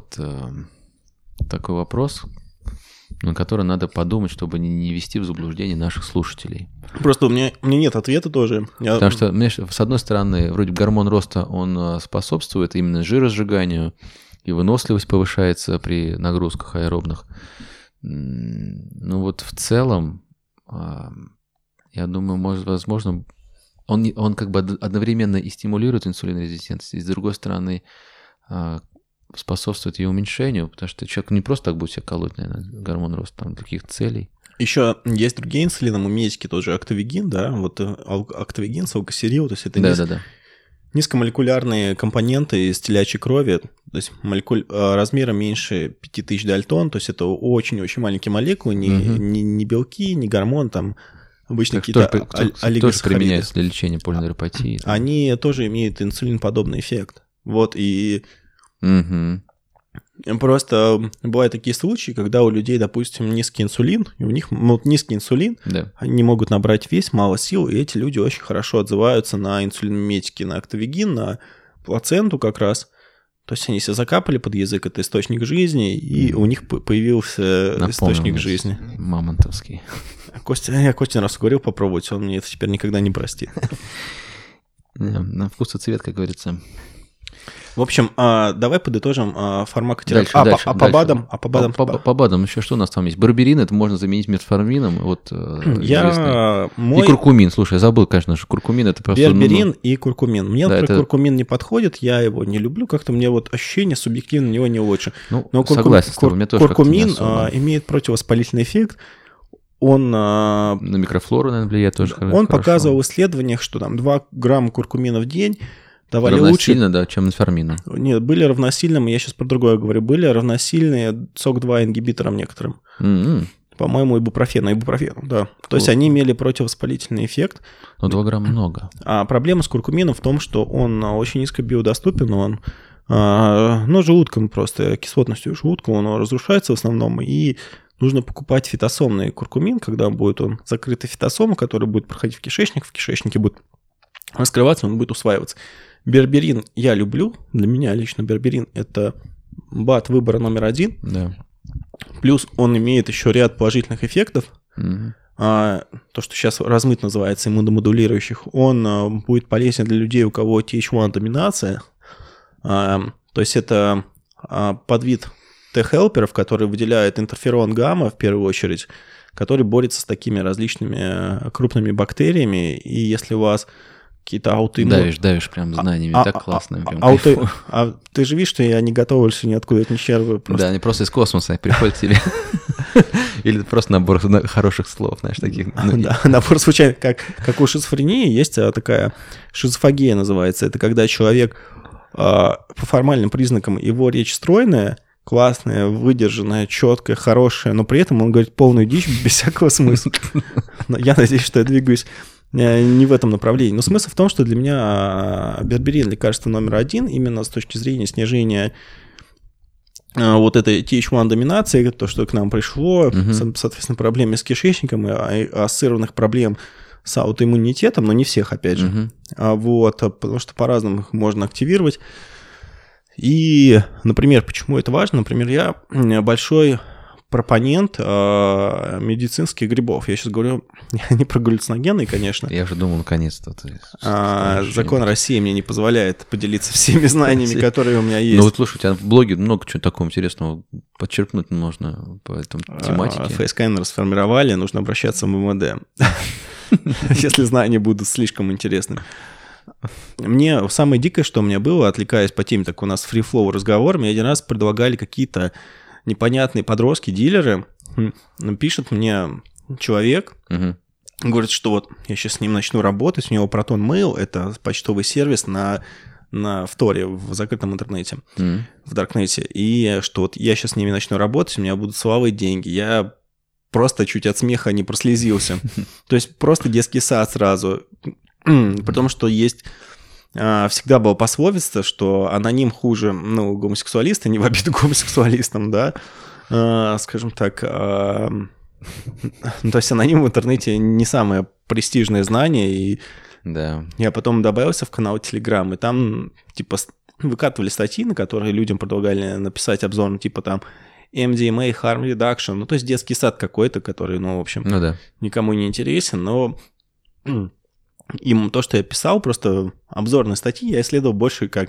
такой вопрос, на который надо подумать, чтобы не ввести в заблуждение наших слушателей. Просто у меня нет ответа тоже. Потому что, знаешь, с одной стороны, вроде гормон роста, он способствует именно жиросжиганию, и выносливость повышается при нагрузках аэробных. В целом, я думаю, возможно, он как бы одновременно и стимулирует инсулинорезистентность, и с другой стороны способствует ее уменьшению, потому что человек не просто так будет себя колоть, наверное, гормон роста, там, для каких целей. Еще есть другие инсулиномиметики, тот же актовигин, да, актовигин, салкосерил, то есть это низкомолекулярные компоненты из телячьей крови, то есть размером меньше 5000 дальтон, то есть это очень-очень маленькие молекулы, не белки, не гормон, там обычно какие-то олигосахариды. Тоже применяются для лечения полинeuропатии. Они тоже имеют инсулиноподобный эффект. Вот, и просто бывают такие случаи, когда у людей, допустим, низкий инсулин, и у них низкий инсулин, они не могут набрать вес, мало сил, и эти люди очень хорошо отзываются на инсулиномиметики, на актовигин, на плаценту как раз. То есть они себе закапали под язык, это источник жизни, и у них появился источник жизни. Мамонтовский. Я Костя раз говорил попробовать, он мне это теперь никогда не простит. На вкус и цвет, как говорится. В общем, давай подытожим фармакотерапию. Дальше. По БАДам? По БАДам еще что у нас там есть? Берберин, это можно заменить метформином. Вот, И куркумин. Слушай, я забыл, конечно же, куркумин это просто... Берберин и куркумин. Мне, например, куркумин не подходит, я его не люблю, как-то мне вот ощущение субъективно на него не очень. Но согласен с тобой, мне тоже куркумин имеет противовоспалительный эффект. Он... На микрофлору, наверное, влияет тоже. Он показывал в исследованиях, что там 2 грамма куркумина в день давали равносильно, лучше... да, чем метформином. Нет, были равносильными, я сейчас про другое говорю, были равносильные СОК2 ингибиторам некоторым. По-моему, ибупрофену, да. То есть они имели противовоспалительный эффект. Но 2 грамма много. А проблема с куркумином в том, что он очень низко биодоступен, он желудком просто, кислотностью желудка, он разрушается в основном, и нужно покупать фитосомный куркумин, когда будет он закрытый фитосом, который будет проходить в кишечнике будет раскрываться, он будет усваиваться. Берберин я люблю, для меня лично берберин – это БАД выбора номер 1. Да. Плюс он имеет еще ряд положительных эффектов. То, что сейчас размыт называется иммуномодулирующих, он будет полезен для людей, у кого TH1 доминация. То есть это подвид Т-хелперов, который выделяет интерферон гамма в первую очередь, который борется с такими различными крупными бактериями. И если у вас какие-то аутоиммунные... Давишь прям знаниями, так классно. Ты же видишь, что я не готовился ниоткуда, это не червы. Да, они просто из космоса приходят тебе. Или просто набор хороших слов, знаешь, таких. Да, набор случайно, как у шизофрении есть такая шизофагия называется. Это когда человек по формальным признакам, его речь стройная, классная, выдержанная, четкая, хорошая, но при этом он говорит полную дичь без всякого смысла. Я надеюсь, что я двигаюсь не в этом направлении. Но смысл в том, что для меня берберин лекарство номер 1 именно с точки зрения снижения вот этой TH1 доминации, то, что к нам пришло, соответственно, проблемы с кишечником и ассоциированных проблем с аутоиммунитетом, но не всех, опять же. Потому что по-разному их можно активировать. И, например, почему это важно? Например, я большой пропонент медицинских грибов. Я сейчас говорю не про галлюциногенные, конечно. Я уже думал, наконец-то. Закон России мне не позволяет поделиться всеми знаниями, которые у меня есть. Ну вот слушай, у тебя в блоге много чего такого интересного подчеркнуть можно по этому тематике. Фейсканер сформировали, нужно обращаться в МВД, если знания будут слишком интересными. Мне самое дикое, что у меня было, отвлекаясь по теме, так у нас фри-флоу разговор, мне один раз предлагали какие-то непонятные подростки-дилеры. Пишет мне человек, говорит, что вот я сейчас с ним начну работать, у него Proton Mail, это почтовый сервис на Вторе, в закрытом интернете, в Даркнете, и что вот я сейчас с ними начну работать, у меня будут славы деньги, я просто чуть от смеха не прослезился. То есть просто детский сад сразу. Потому что есть... Всегда была пословица, что аноним хуже гомосексуалиста, не в обиду гомосексуалистам, да, скажем так. То есть аноним в интернете не самое престижное знание, и да. Я потом добавился в канал Telegram, и там типа выкатывали статьи, на которые людям предлагали написать обзор, типа там MDMA, Harm Reduction, то есть детский сад какой-то, который, в общем, никому не интересен, но... Им то, что я писал, просто обзорные статьи, я исследовал больше как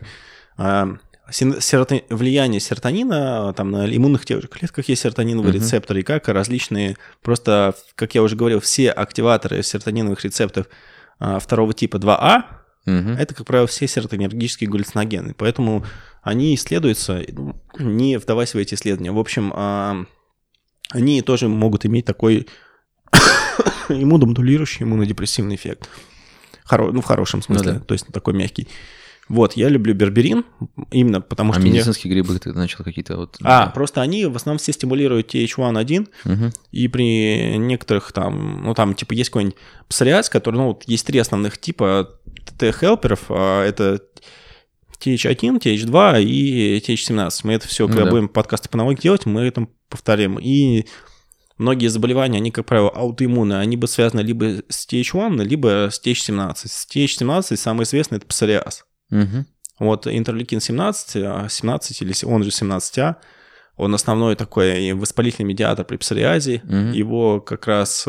влияние серотонина, там на иммунных тех же клетках есть серотониновые рецепторы, и как различные, просто, как я уже говорил, все активаторы серотониновых рецепторов второго типа 2А, это, как правило, все серотонергические галлюциногены, поэтому они исследуются, не вдаваясь в эти исследования. В общем, они тоже могут иметь такой иммуномодулирующий, иммунодепрессивный эффект. В хорошем смысле, то есть такой мягкий. Вот, я люблю берберин, именно потому что... медицинские грибы ты начал какие-то вот... просто они в основном все стимулируют TH1-1, и при некоторых там, типа есть какой-нибудь псориаз, который, есть 3 основных типа Т-хелперов, это TH1, TH2 и TH17. Мы это все, когда будем подкасты по науке делать, мы это повторим. И... Многие заболевания, они, как правило, аутоиммунные, они бы связаны либо с TH1, либо с TH17. С TH17 самый известный – это псориаз. Вот интерлейкин 17 или он же 17А, он основной такой воспалительный медиатор при псориазе. Его как раз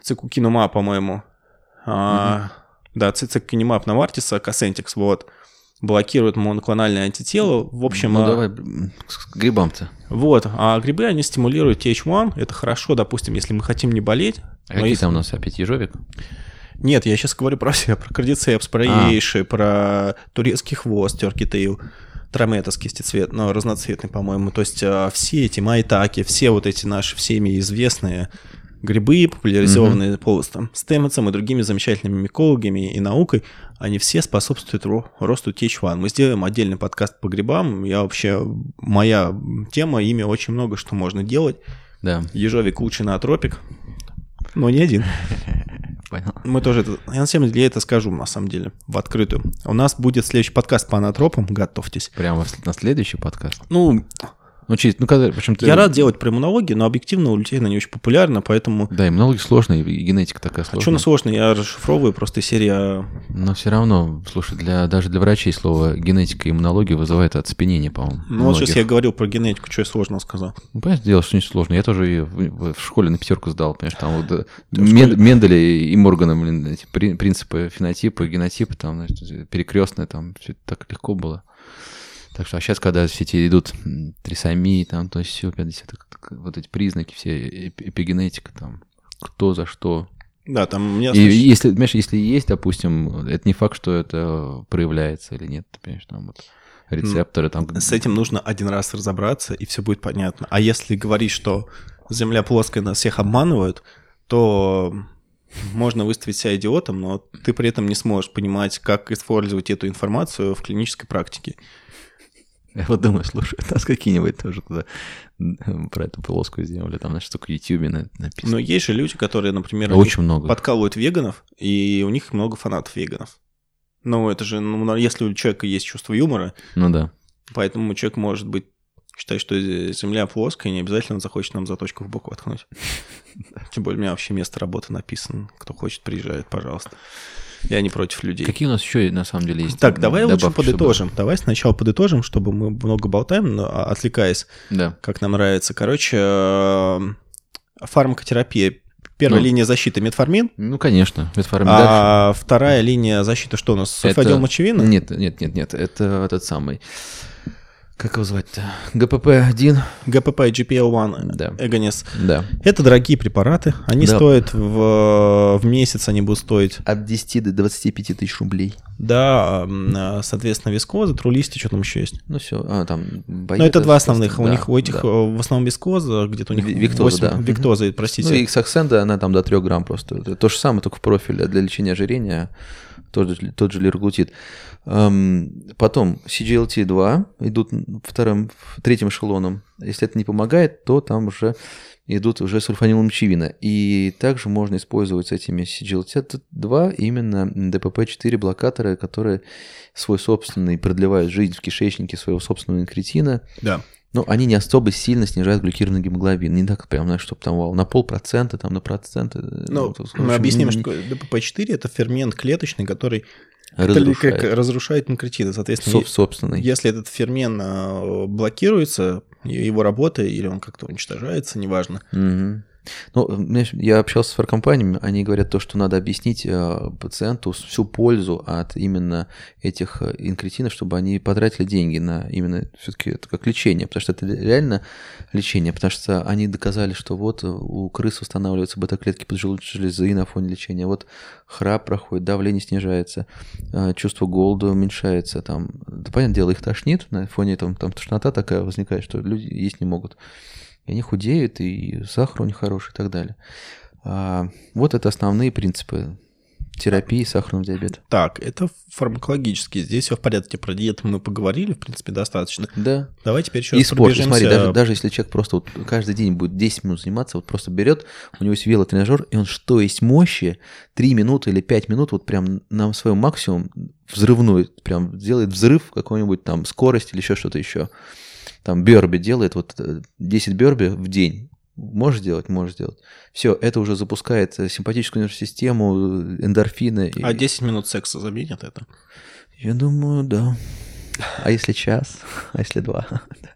цикукинумаб, по-моему, цикукинумаб Новартиса, Косентикс, вот. блокируют моноклональные антитела. В общем... давай к грибам-то. Вот, а грибы, они стимулируют TH1, это хорошо, допустим, если мы хотим не болеть. А какие там у нас опять ежовик? Нет, я сейчас говорю про все, про кардицепс, про ейши, про турецкий хвост, теркитейл, трометос кистецвет, но разноцветный, по-моему. То есть все эти майтаки, все вот эти наши всеми известные грибы, популяризованные Полом Стэммитсом и другими замечательными микологами и наукой, они все способствуют росту TH1. Мы сделаем отдельный подкаст по грибам. Моя тема, ими очень много что можно делать. Да. Ежовик лучший ноотропик, но не один. Понял. Мы тоже я на самом деле это скажу, на самом деле, в открытую. У нас будет следующий подкаст по анатропам, готовьтесь. Прямо на следующий подкаст? Я рад делать про иммунологию, но объективно у людей она не очень популярна, поэтому... Да, иммунология сложная, и генетика такая сложная. А что она сложная? Я расшифровываю просто серия... Но все равно, слушай, даже для врачей слово генетика и иммунология вызывает оцепенение, по-моему. Ну вот сейчас я говорил про генетику, что я сложно сказал. Ну, понятное дело, что не сложно. Я тоже в школе на 5 сдал, понимаешь, там вот Менделя и Моргана, эти принципы фенотипа, генотипа, там, значит, перекрестные, там, все это так легко было. Так что, а сейчас, когда все эти идут трисомии, там, то есть все, 50, вот эти признаки, все, эпигенетика, там, кто за что. Да, там... Если есть, допустим, это не факт, что это проявляется или нет, ты понимаешь, там вот рецепторы там... С этим нужно один раз разобраться, и все будет понятно. А если говорить, что Земля плоская, нас всех обманывают, то... Можно выставить себя идиотом, но ты при этом не сможешь понимать, как использовать эту информацию в клинической практике. Я вот думаю, слушай, у нас какие-нибудь тоже туда про эту плоскую землю, там, значит, только в Ютьюбе написано. Но есть же люди, которые, например, очень много подкалывают веганов, и у них много фанатов веганов. Ну, это же, если у человека есть чувство юмора, ну да. Поэтому человек может быть считать, что Земля плоская, и не обязательно захочет нам заточку в бок воткнуть. Тем более, у меня вообще место работы написано. Кто хочет, приезжает, пожалуйста. Я не против людей. Какие у нас еще на самом деле есть? Так, давай лучше подытожим. Давай сначала подытожим, чтобы мы много болтаем, отвлекаясь, как нам нравится. Короче, фармакотерапия. Первая линия защиты метформин. Ну, конечно, метформин. А вторая линия защиты что у нас? Сульфадил мочевина? Нет. Это этот самый... Как его звать-то? ГПП-1. ГПП, GPL-1, да. Эгонес. Да. Это дорогие препараты. Они стоят в месяц, они будут стоить... От 10 до 25 тысяч рублей. Да, соответственно, вискоза, трулисты, что там еще есть? Ну все, там... Ну это два основных. У них у этих в основном вискоза, где-то у них Виктоза, 8... Виктоза, простите. Ну и Саксенда, она там до 3 грамм просто. Это то же самое, только в профиле для лечения ожирения. Тот же лираглутид. Потом CGLT-2 идут третьим эшелоном. Если это не помогает, то там уже идут уже сульфанилом мочевина. И также можно использовать с этими CGLT-2 именно ДПП-4 блокаторы, которые свой собственный продлевают жизнь в кишечнике своего собственного инкретина. Да. Но они не особо сильно снижают глюкированный гемоглобин. Не так прям, чтобы там на 0,5%, там на процент. Ну, мы объясним, что ДПП-4 – это фермент клеточный, который разрушает инкретины. Соответственно, собственный. Если этот фермент блокируется, его работа или он как-то уничтожается, неважно. Угу. Ну, я общался с фармкомпаниями, они говорят то, что надо объяснить пациенту всю пользу от именно этих инкретинов, чтобы они потратили деньги на именно все-таки это как лечение, потому что это реально лечение, потому что они доказали, что вот у крыс устанавливаются бета-клетки поджелудочной железы на фоне лечения, вот храп проходит, давление снижается, чувство голода уменьшается, там, да, понятное дело, их тошнит, на фоне там тошнота такая возникает, что люди есть не могут. И они худеют, и сахар у них хороший и так далее. Вот это основные принципы терапии сахарного диабета. Так, это фармакологически. Здесь все в порядке. Про диету мы поговорили, в принципе, достаточно. Да. Давай теперь еще раз спорт. пробежимся. Смотри, даже если человек просто вот каждый день будет 10 минут заниматься, вот просто берет, у него есть велотренажер, и он что есть мощи, 3 минуты или 5 минут, вот прям на своем максимум взрывной, прям делает взрыв какой-нибудь там скорость или еще что-то еще. Там бёрби делает, вот 10 бёрби в день. Можешь делать? Можешь делать. Все, это уже запускает симпатическую нервную систему, эндорфины. А 10 минут секса заменят это? Я думаю, да. А если час? А если 2?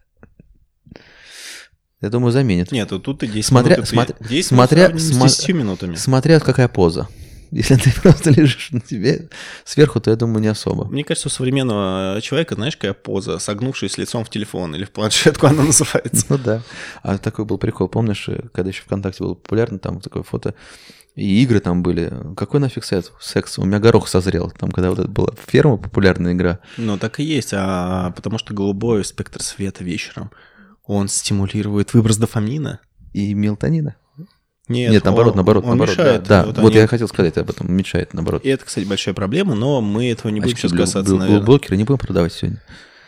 Я думаю, заменит. Нет, тут и 10 минут. 10 минут с 10 минутами. Смотря какая поза. Если ты просто лежишь на тебе сверху, то я думаю, не особо. Мне кажется, у современного человека, знаешь, какая поза, согнувшись лицом в телефон или в планшетку, она называется. Ну да. А такой был прикол, помнишь, когда еще ВКонтакте было популярно, там такое фото, и игры там были. Какой нафиг секс? У меня горох созрел, там, когда вот это была ферма, популярная игра. Ну, так и есть, потому что голубой спектр света вечером, он стимулирует выброс дофамина. И мелатонина. Нет, наоборот. Он мешает. Да. Вот я хотел сказать об этом, мешает, наоборот. И это, кстати, большая проблема, но мы этого не будем сейчас касаться, наверное. Блокеры не будем продавать сегодня.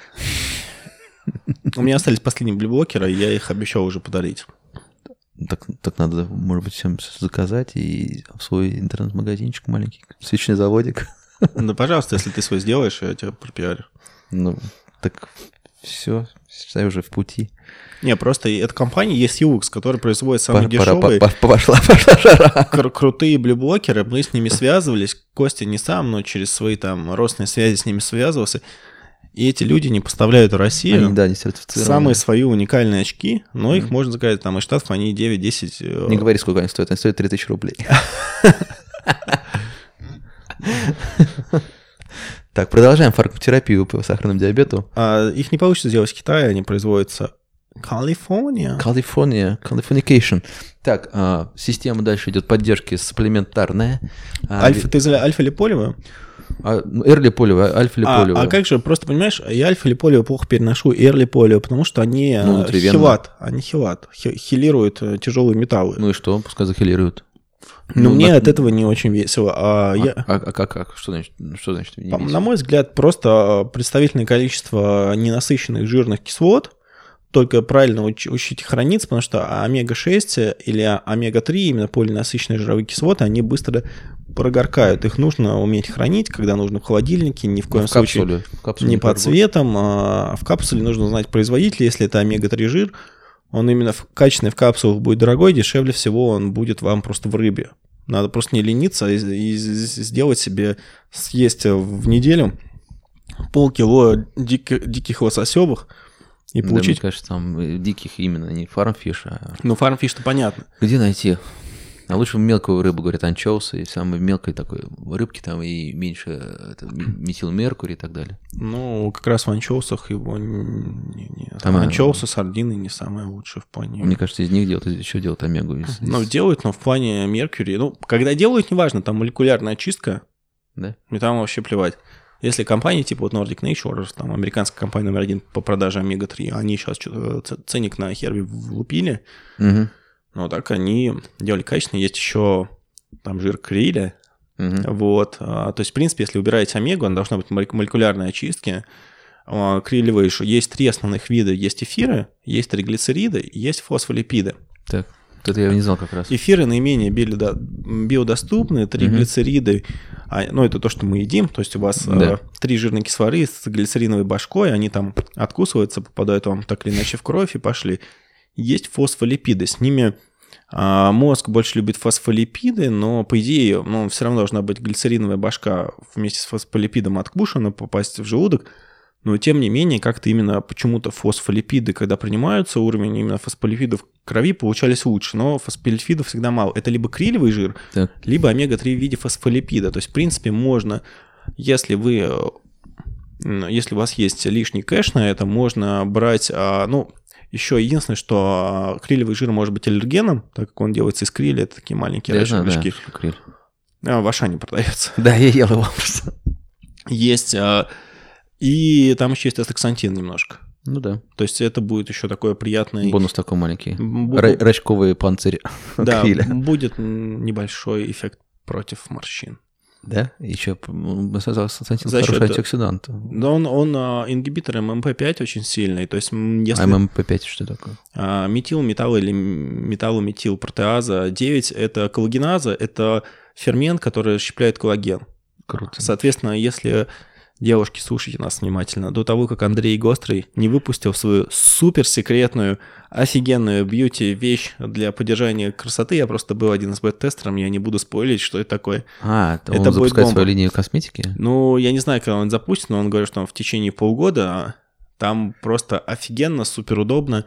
У меня остались последние блюблокеры, я их обещал уже подарить. Так надо, может быть, всем заказать и в свой интернет-магазинчик маленький, свечный заводик. Ну, пожалуйста, если ты свой сделаешь, я тебя пропиарю. Ну, так все, считай, уже в пути. Не, просто эта компания ESUX, которая производит самые дешевые, пошла жара. крутые блюблокеры. Мы с ними связывались. Костя не сам, но через свои там родственные связи с ними связывался. И эти люди не поставляют в Россию Они, да, не сертифицированы. самые свои уникальные очки, но их можно заказать там из Штатов, они 9-10... Не говори, сколько они стоят 3000 рублей. Так, продолжаем фармакотерапию по сахарному диабету. Их не получится сделать в Китае, они производятся Californication. Так, система дальше идет поддержки сапплементарная. Ты альфа-липолевая? Эрли-полио, альфа-липолио. А как же, просто понимаешь, я альфа-липолио плохо переношу, и эрли-полио, потому что они хилат, хилируют тяжелые металлы. Ну и что, пускай захилируют. Но мне от этого не очень весело. Как? Что значит не весело? На мой взгляд, просто представительное количество ненасыщенных жирных кислот, только правильно учить их храниться, потому что омега-6 или омега-3, именно полиненасыщенные жировые кислоты, они быстро прогоркают. Их нужно уметь хранить, когда нужно в холодильнике, ни в коем случае не под цветом. В капсуле нужно знать производителя, если это омега-3 жир, он именно качественный в капсулах будет дорогой, дешевле всего он будет вам просто в рыбе. Надо просто не лениться и сделать себе, съесть в неделю полкило диких лососевых, и получить... Да, мне кажется, там диких именно, не фармфиш, Ну, фармфиш-то понятно. Где найти? А лучше мелкую рыбу, говорят, анчоусы, и самой мелкой такой рыбки там и меньше метилмеркурий и так далее. Ну, как раз в анчоусах его... Анчоусы, сардины не самое лучшее в плане... Мне кажется, из них еще делают омегу. Ну, делают, но в плане меркурия... Ну, когда делают, неважно, там молекулярная очистка, да? И там вообще плевать. Если компании типа вот Nordic Nature, там американская компания номер 1 по продаже омега-3, они сейчас ценник на херве влупили, но так они делали качественно. Есть еще там жир криля, вот. То есть, в принципе, если убираете омегу, она должна быть молекулярной очистки. Крилевые, есть 3 основных вида. Есть эфиры, есть триглицериды, есть фосфолипиды. Так. Это я не знал как раз. Эфиры наименее биодоступны, триглицериды, ну, это то, что мы едим, то есть у вас 3 жирные кислоты с глицериновой башкой, они там откусываются, попадают вам так или иначе в кровь и пошли. Есть фосфолипиды, с ними мозг больше любит фосфолипиды, но, по идее, все равно должна быть глицериновая башка вместе с фосфолипидом откушена, попасть в желудок. Но, тем не менее, как-то именно почему-то фосфолипиды, когда принимаются, уровень именно фосфолипидов в крови получались лучше. Но фосфолипидов всегда мало. Это либо крилевый жир, либо омега-3 в виде фосфолипида. То есть, в принципе, можно, если у вас есть лишний кэш на это, можно брать, еще единственное, что крилевый жир может быть аллергеном, так как он делается из криля, это такие маленькие рачки. В Ашане продается. Да, я ел его просто. Есть... И там еще есть астаксантин немножко. Ну да. То есть это будет еще такой приятный... Бонус такой маленький. Рачковый панцирь криля. Да, будет небольшой эффект против морщин. Да? Еще астаксантин хороший антиоксидант. Да, он ингибитор ММП5 очень сильный. То есть, если... ММП5 что такое? Метал или металлометилпротеаза 9 – это коллагеназа, это фермент, который расщепляет коллаген. Круто. Соответственно, если... Девушки, слушайте нас внимательно. До того, как Андрей Гострый не выпустил свою суперсекретную, офигенную бьюти-вещь для поддержания красоты, я просто был один из бета-тестером, я не буду спойлерить, что это такое. Это он запускает свою линию косметики? Ну, я не знаю, когда он запустит, но он говорит, что в течение полгода там просто офигенно, суперудобно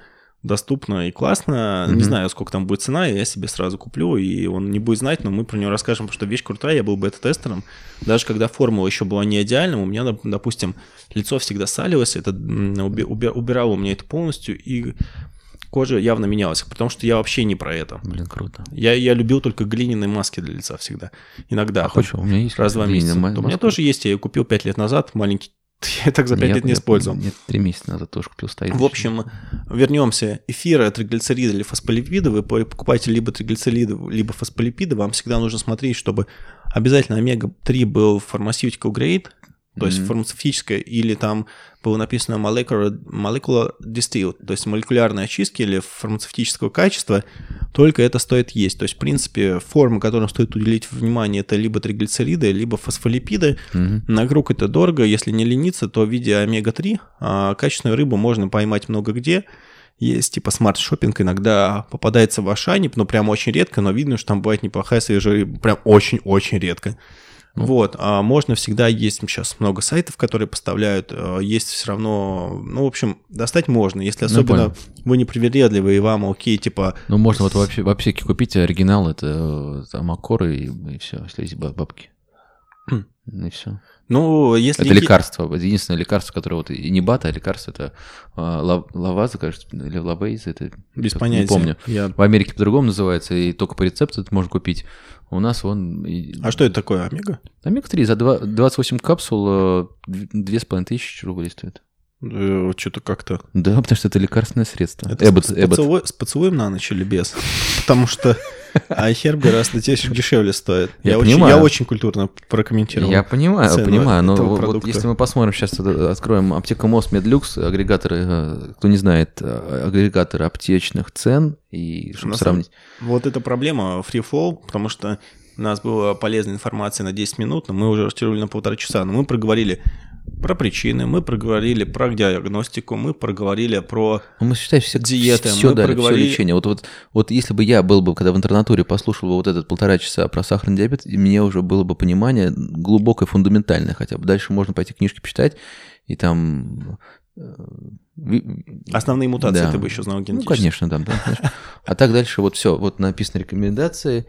доступно и классно. Не знаю, сколько там будет цена, я себе сразу куплю, и он не будет знать, но мы про него расскажем, потому что вещь крутая, я был бета-тестером. Даже когда формула еще была не идеальна, у меня, допустим, лицо всегда салилось, это убирало у меня это полностью, и кожа явно менялась, потому что я вообще не про это. Блин, круто. Я любил только глиняные маски для лица всегда. Иногда. Хочешь, у меня есть раз в 2 месяца. У меня тоже есть, я ее купил 5 лет назад, маленький. Я так за 5 лет не использовал. Нет, 3 месяца назад тоже купил, стоит. В общем, вернемся. Эфиры, триглицериды или фосфолипиды. Вы покупаете либо триглицериды, либо фосфолипиды. Вам всегда нужно смотреть, чтобы обязательно омега-3 был pharmaceutical grade, то есть фармацевтическое, или там было написано molecular distilled, то есть молекулярные очистки или фармацевтического качества, только это стоит есть. То есть, в принципе, формы, которым стоит уделить внимание, это либо триглицериды, либо фосфолипиды. На круг это дорого, если не лениться, то в виде омега-3 качественную рыбу можно поймать много где. Есть типа смарт-шоппинг, иногда попадается в Ашане, но прям очень редко, но видно, что там бывает неплохая свежая рыба, прям очень-очень редко. Вот, а можно всегда, есть сейчас много сайтов, которые поставляют, есть все равно, ну, в общем, достать можно, если особенно вы не привередливы и вам окей, типа... Ну, можно вот вообще в аптеке купить оригинал, это там аккоры и все, если есть бабки. И все. Ну, если... Это лекарство, единственное лекарство, которое вот и не бата, а лекарство, это лаваза, кажется, или лабейз, это... Без понятия. Не помню. В Америке по-другому называется, и только по рецепту это можно купить. У нас вон... А что это такое, омега? Омега-3 за 28 капсул 2500 рублей стоит. Что-то как-то... Да, потому что это лекарственное средство. Это с поцелуем на ночь или без? Потому что iHerb гораздо дешевле стоит. Я очень культурно прокомментировал. Я понимаю, но вот если мы посмотрим, сейчас откроем Аптека МОЗ, Медлюкс, агрегаторы, кто не знает, агрегаторы аптечных цен, и чтобы сравнить. Вот эта проблема Free Fall, потому что у нас была полезная информация на 10 минут, но мы уже растянули на 1,5 часа, но мы проговорили про причины, мы проговорили про диагностику, мы проговорили про диеты, все лечение. Вот если бы я был бы, когда в интернатуре послушал бы вот этот 1,5 часа про сахарный диабет, и мне уже было бы понимание глубокое, фундаментальное хотя бы. Дальше можно пойти книжки почитать, и там... Основные мутации ты бы еще знал генетически. Ну, конечно, да. А так дальше вот все, вот написаны рекомендации,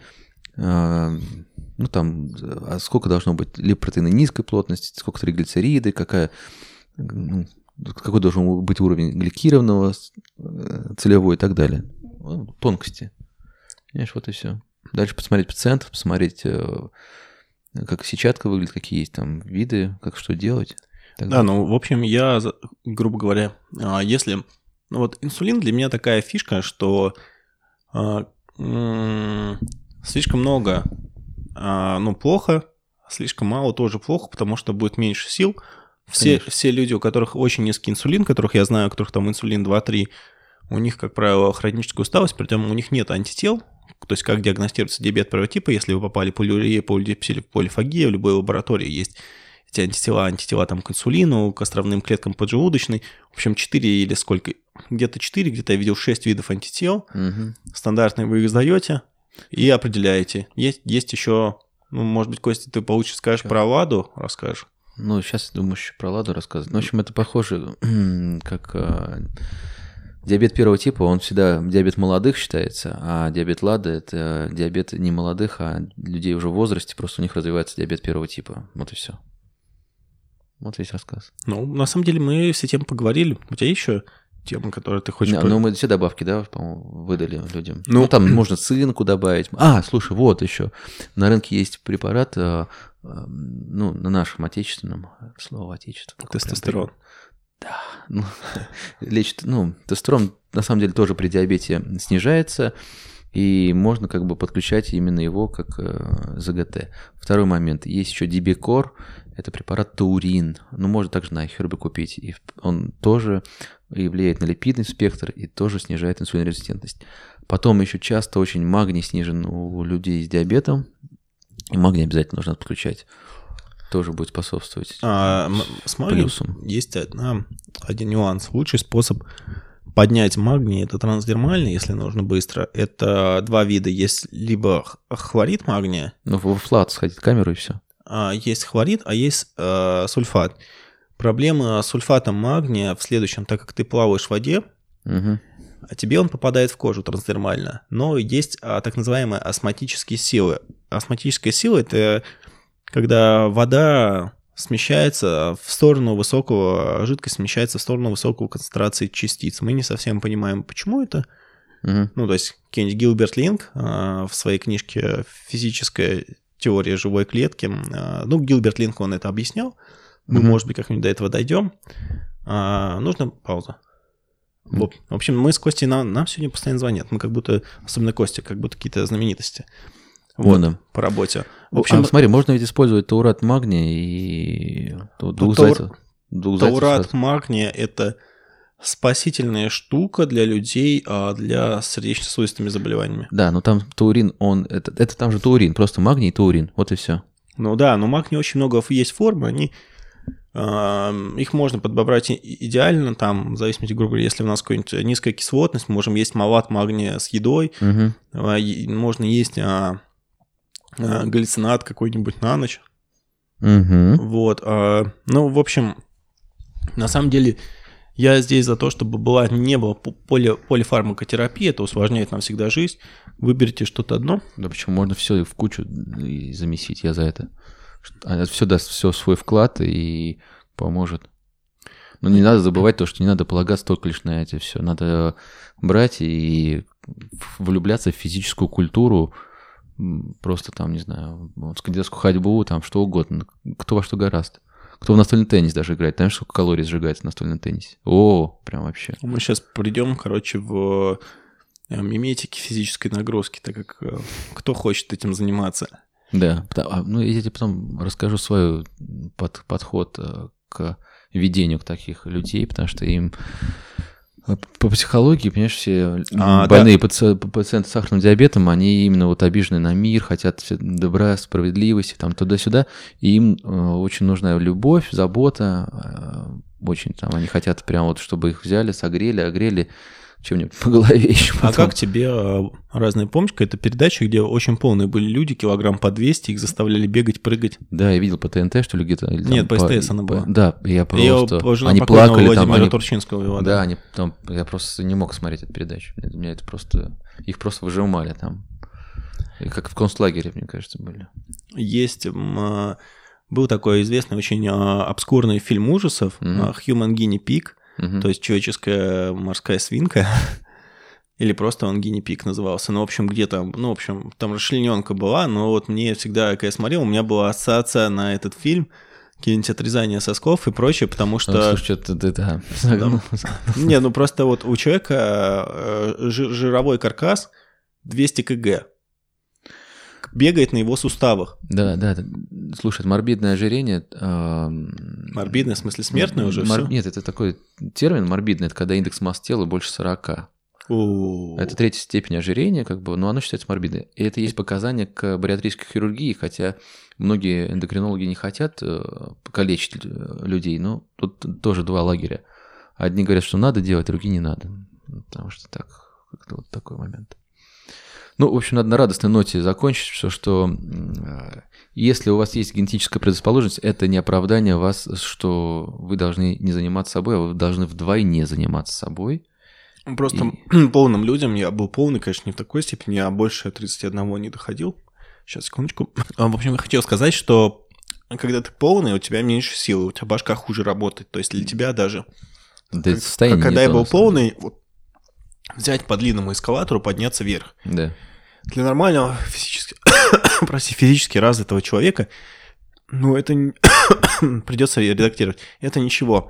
ну, там, сколько должно быть липопротеины низкой плотности, сколько триглицериды, какой должен быть уровень гликированного, целевой и так далее. Тонкости. Понимаешь, вот и все. Дальше посмотреть пациентов, посмотреть, как сетчатка выглядит, какие есть там виды, как что делать. Да, ну, в общем, я, грубо говоря, если... Ну, вот инсулин для меня такая фишка, что слишком много... Ну, плохо, слишком мало тоже плохо, потому что будет меньше сил. Все люди, у которых очень низкий инсулин, которых я знаю, у которых там инсулин 2-3, у них, как правило, хроническая усталость, притом у них нет антител. То есть, как диагностируется диабет первого типа, если вы попали полиурия, полифагия, в любой лаборатории есть эти антитела там к инсулину, к островным клеткам поджелудочной. В общем, 4 или сколько, где-то 4, где-то я видел 6 видов антител. Стандартные вы их сдаете и определяете. Есть еще, ну, может быть, Костя, ты получше скажешь про ладу, расскажешь. Ну, сейчас, думаю, еще про ладу рассказывать. Ну, в общем, это похоже, как диабет первого типа, он всегда диабет молодых считается, а диабет лады – это диабет не молодых, а людей уже в возрасте, просто у них развивается диабет первого типа. Вот и все. Вот весь рассказ. Ну, на самом деле, мы все темы поговорили. У тебя еще тема, которую ты хочешь... Ну, мы все добавки, да, по-моему, выдали людям. Ну, там можно цинку добавить. Слушай, вот еще. На рынке есть препарат, ну, на нашем отечественном, слово отечество. Тестостерон. Да. Ну, лечит, ну, тестостерон, на самом деле, тоже при диабете снижается, и можно как бы подключать именно его как ЗГТ. Второй момент. Есть еще Дибикор. Это препарат таурин. Ну, можно также на iHerb купить. И он тоже и влияет на липидный спектр, и тоже снижает инсулинорезистентность. Потом еще часто очень магний снижен у людей с диабетом. И магний обязательно нужно подключать. Тоже будет способствовать с магнием плюсом. Есть один нюанс. Лучший способ поднять магний – это трансдермальный, если нужно быстро. Это 2 вида. Есть либо хлорид магния. Ну, в флат сходить в камеру и все. Есть хлорид, а есть сульфат. Проблема с сульфатом магния в следующем, так как ты плаваешь в воде, а тебе он попадает в кожу трансдермально. Но есть так называемые осмотические силы. Осмотическая сила – это когда вода смещается в сторону высокого, жидкость смещается в сторону высокого концентрации частиц. Мы не совсем понимаем, почему это. Ну, то есть какой-нибудь Гилберт Линк в своей книжке «Физическая теория живой клетки», ну, Гилберт Линк, он это объяснял. Мы, может быть, как-нибудь до этого дойдем. Нужна пауза. В общем, мы с Костей, нам сегодня постоянно звонят. Мы как будто, особенно Костя, как будто какие-то знаменитости. Вот, да. По работе. В общем, смотри, можно ведь использовать таурат магния и двух зайцев. Таурат магния – это спасительная штука для людей для сердечно-сосудистыми заболеваниями. Да, но там таурин, это там же таурин, просто магний и таурин, вот и все. Ну да, но магния очень много есть формы, их можно подобрать идеально, там, в зависимости, грубо говоря, если у нас какая-нибудь низкая кислотность, мы можем есть малат магния с едой, можно есть галлюцинат какой-нибудь на ночь. Вот. Ну, в общем, на самом деле, я здесь за то, чтобы не было полифармакотерапии, это усложняет нам всегда жизнь. Выберите что-то одно. Да почему? Можно все в кучу и замесить, я за это. Все даст свой вклад и поможет. Но не надо забывать то, что не надо полагаться только лишь на это все. Надо брать и влюбляться в физическую культуру, просто там, не знаю, скандинавскую ходьбу, там что угодно. Кто во что гораст. Кто в настольный теннис даже играет. Знаешь, сколько калорий сжигается в настольном теннисе? О, прям вообще. Мы сейчас придем, в миметике физической нагрузки, так как кто хочет этим заниматься. Да, ну я тебе потом расскажу свой подход к ведению к таких людей, потому что им по психологии, понимаешь, все больные пациенты с сахарным диабетом, они именно вот обижены на мир, хотят добра, справедливости, там туда-сюда, и им очень нужна любовь, забота, очень там, они хотят прям вот, чтобы их взяли, согрели, огрели, чем-нибудь по голове еще. А как тебе разные, помнишь, какая-то передача, где очень полные были люди, килограмм по 200, их заставляли бегать, прыгать? Да, я видел по ТНТ, что ли, где-то. Нет, по СТС она была. Да, я просто... Они плакали там. Владимира Турчинского вела. Да, они там... Я просто не мог смотреть эту передачу. Меня это просто... Их просто выжимали там. Как в концлагере, мне кажется, были. Есть... Был такой известный, очень обскурный фильм ужасов «Human Guinea Pig», то есть человеческая морская свинка, или просто он гинни-пиг назывался. Ну, в общем, там расчлененка была, но вот мне всегда, когда я смотрел, у меня была ассоциация на этот фильм, какие-нибудь отрезания сосков и прочее, потому что... Слушай, что-то это... Не, ну просто вот у человека жировой каркас 200 кг. Бегает на его суставах. Да. Слушай, это морбидное ожирение. Морбидное, в смысле смертное уже? Нет, это такой термин морбидный, это когда индекс масс тела больше 40. Это третья степень ожирения, но оно считается морбидным. И это есть показания к бариатрической хирургии, хотя многие эндокринологи не хотят калечить людей, но тут тоже два лагеря. Одни говорят, что надо делать, другие не надо. Потому что так, как-то вот такой момент. Ну, в общем, надо на радостной ноте закончить, что если у вас есть генетическая предрасположенность, это не оправдание вас, что вы должны не заниматься собой, а вы должны вдвойне заниматься собой. Просто полным людям, я был полный, конечно, не в такой степени, я больше 31 не доходил. Сейчас, секундочку. В общем, я хотел сказать, что когда ты полный, у тебя меньше силы, у тебя башка хуже работает. То есть для тебя даже... Да, когда я был полный... Взять по длинному эскалатору, подняться вверх. Да. Для нормального физически развитого человека, это придется редактировать. Это ничего.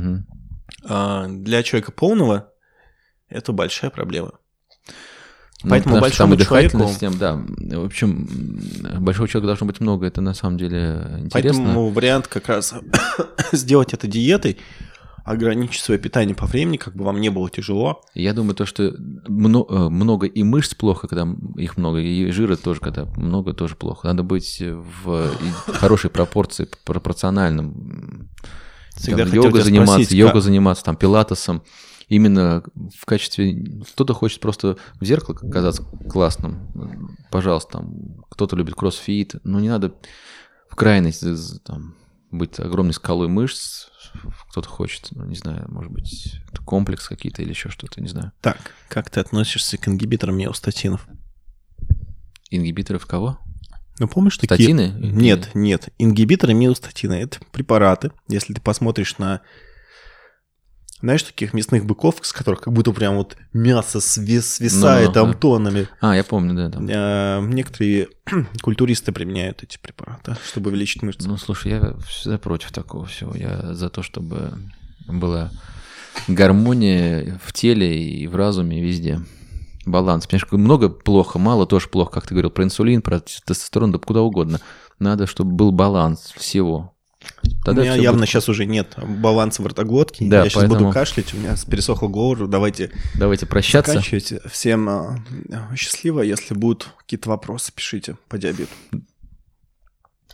А для человека полного это большая проблема. Поэтому большому человеку... Да. В общем, большого человека должно быть много, это на самом деле интересно. Поэтому вариант как раз сделать это диетой, ограничить свое питание по времени, как бы вам не было тяжело. Я думаю, что много и мышц плохо, когда их много, и жира тоже, когда много, тоже плохо. Надо быть в хорошей пропорции, пропорциональным. Йогой заниматься, там, пилатесом. Именно в качестве... Кто-то хочет просто в зеркало казаться классным. Пожалуйста, там, кто-то любит кроссфит. Но не надо в крайность там, быть огромной скалой мышц. Кто-то хочет, не знаю, может быть, комплекс какие-то или еще что-то, не знаю. Так, как ты относишься к ингибиторам миостатинов? Ингибиторов кого? Ну, помнишь такие... Статины? Нет. Ингибиторы миостатина – это препараты. Если ты посмотришь на, знаешь, таких мясных быков, с которых как будто прям вот мясо свисает там тоннами. Я помню, да. Там. Некоторые культуристы применяют эти препараты, чтобы увеличить мышцы. Ну, слушай, я всегда против такого всего. Я за то, чтобы была гармония в теле и в разуме, везде. Баланс. Понимаешь, много плохо, мало тоже плохо, как ты говорил, про инсулин, про тестостерон, да куда угодно. Надо, чтобы был баланс всего. Тогда у меня явно будет... сейчас уже нет баланса в ротоглотке. Да, я сейчас буду кашлять, у меня пересохл говор. Давайте прощаться. Заканчивайте. Всем счастливо. Если будут какие-то вопросы, пишите по диабету.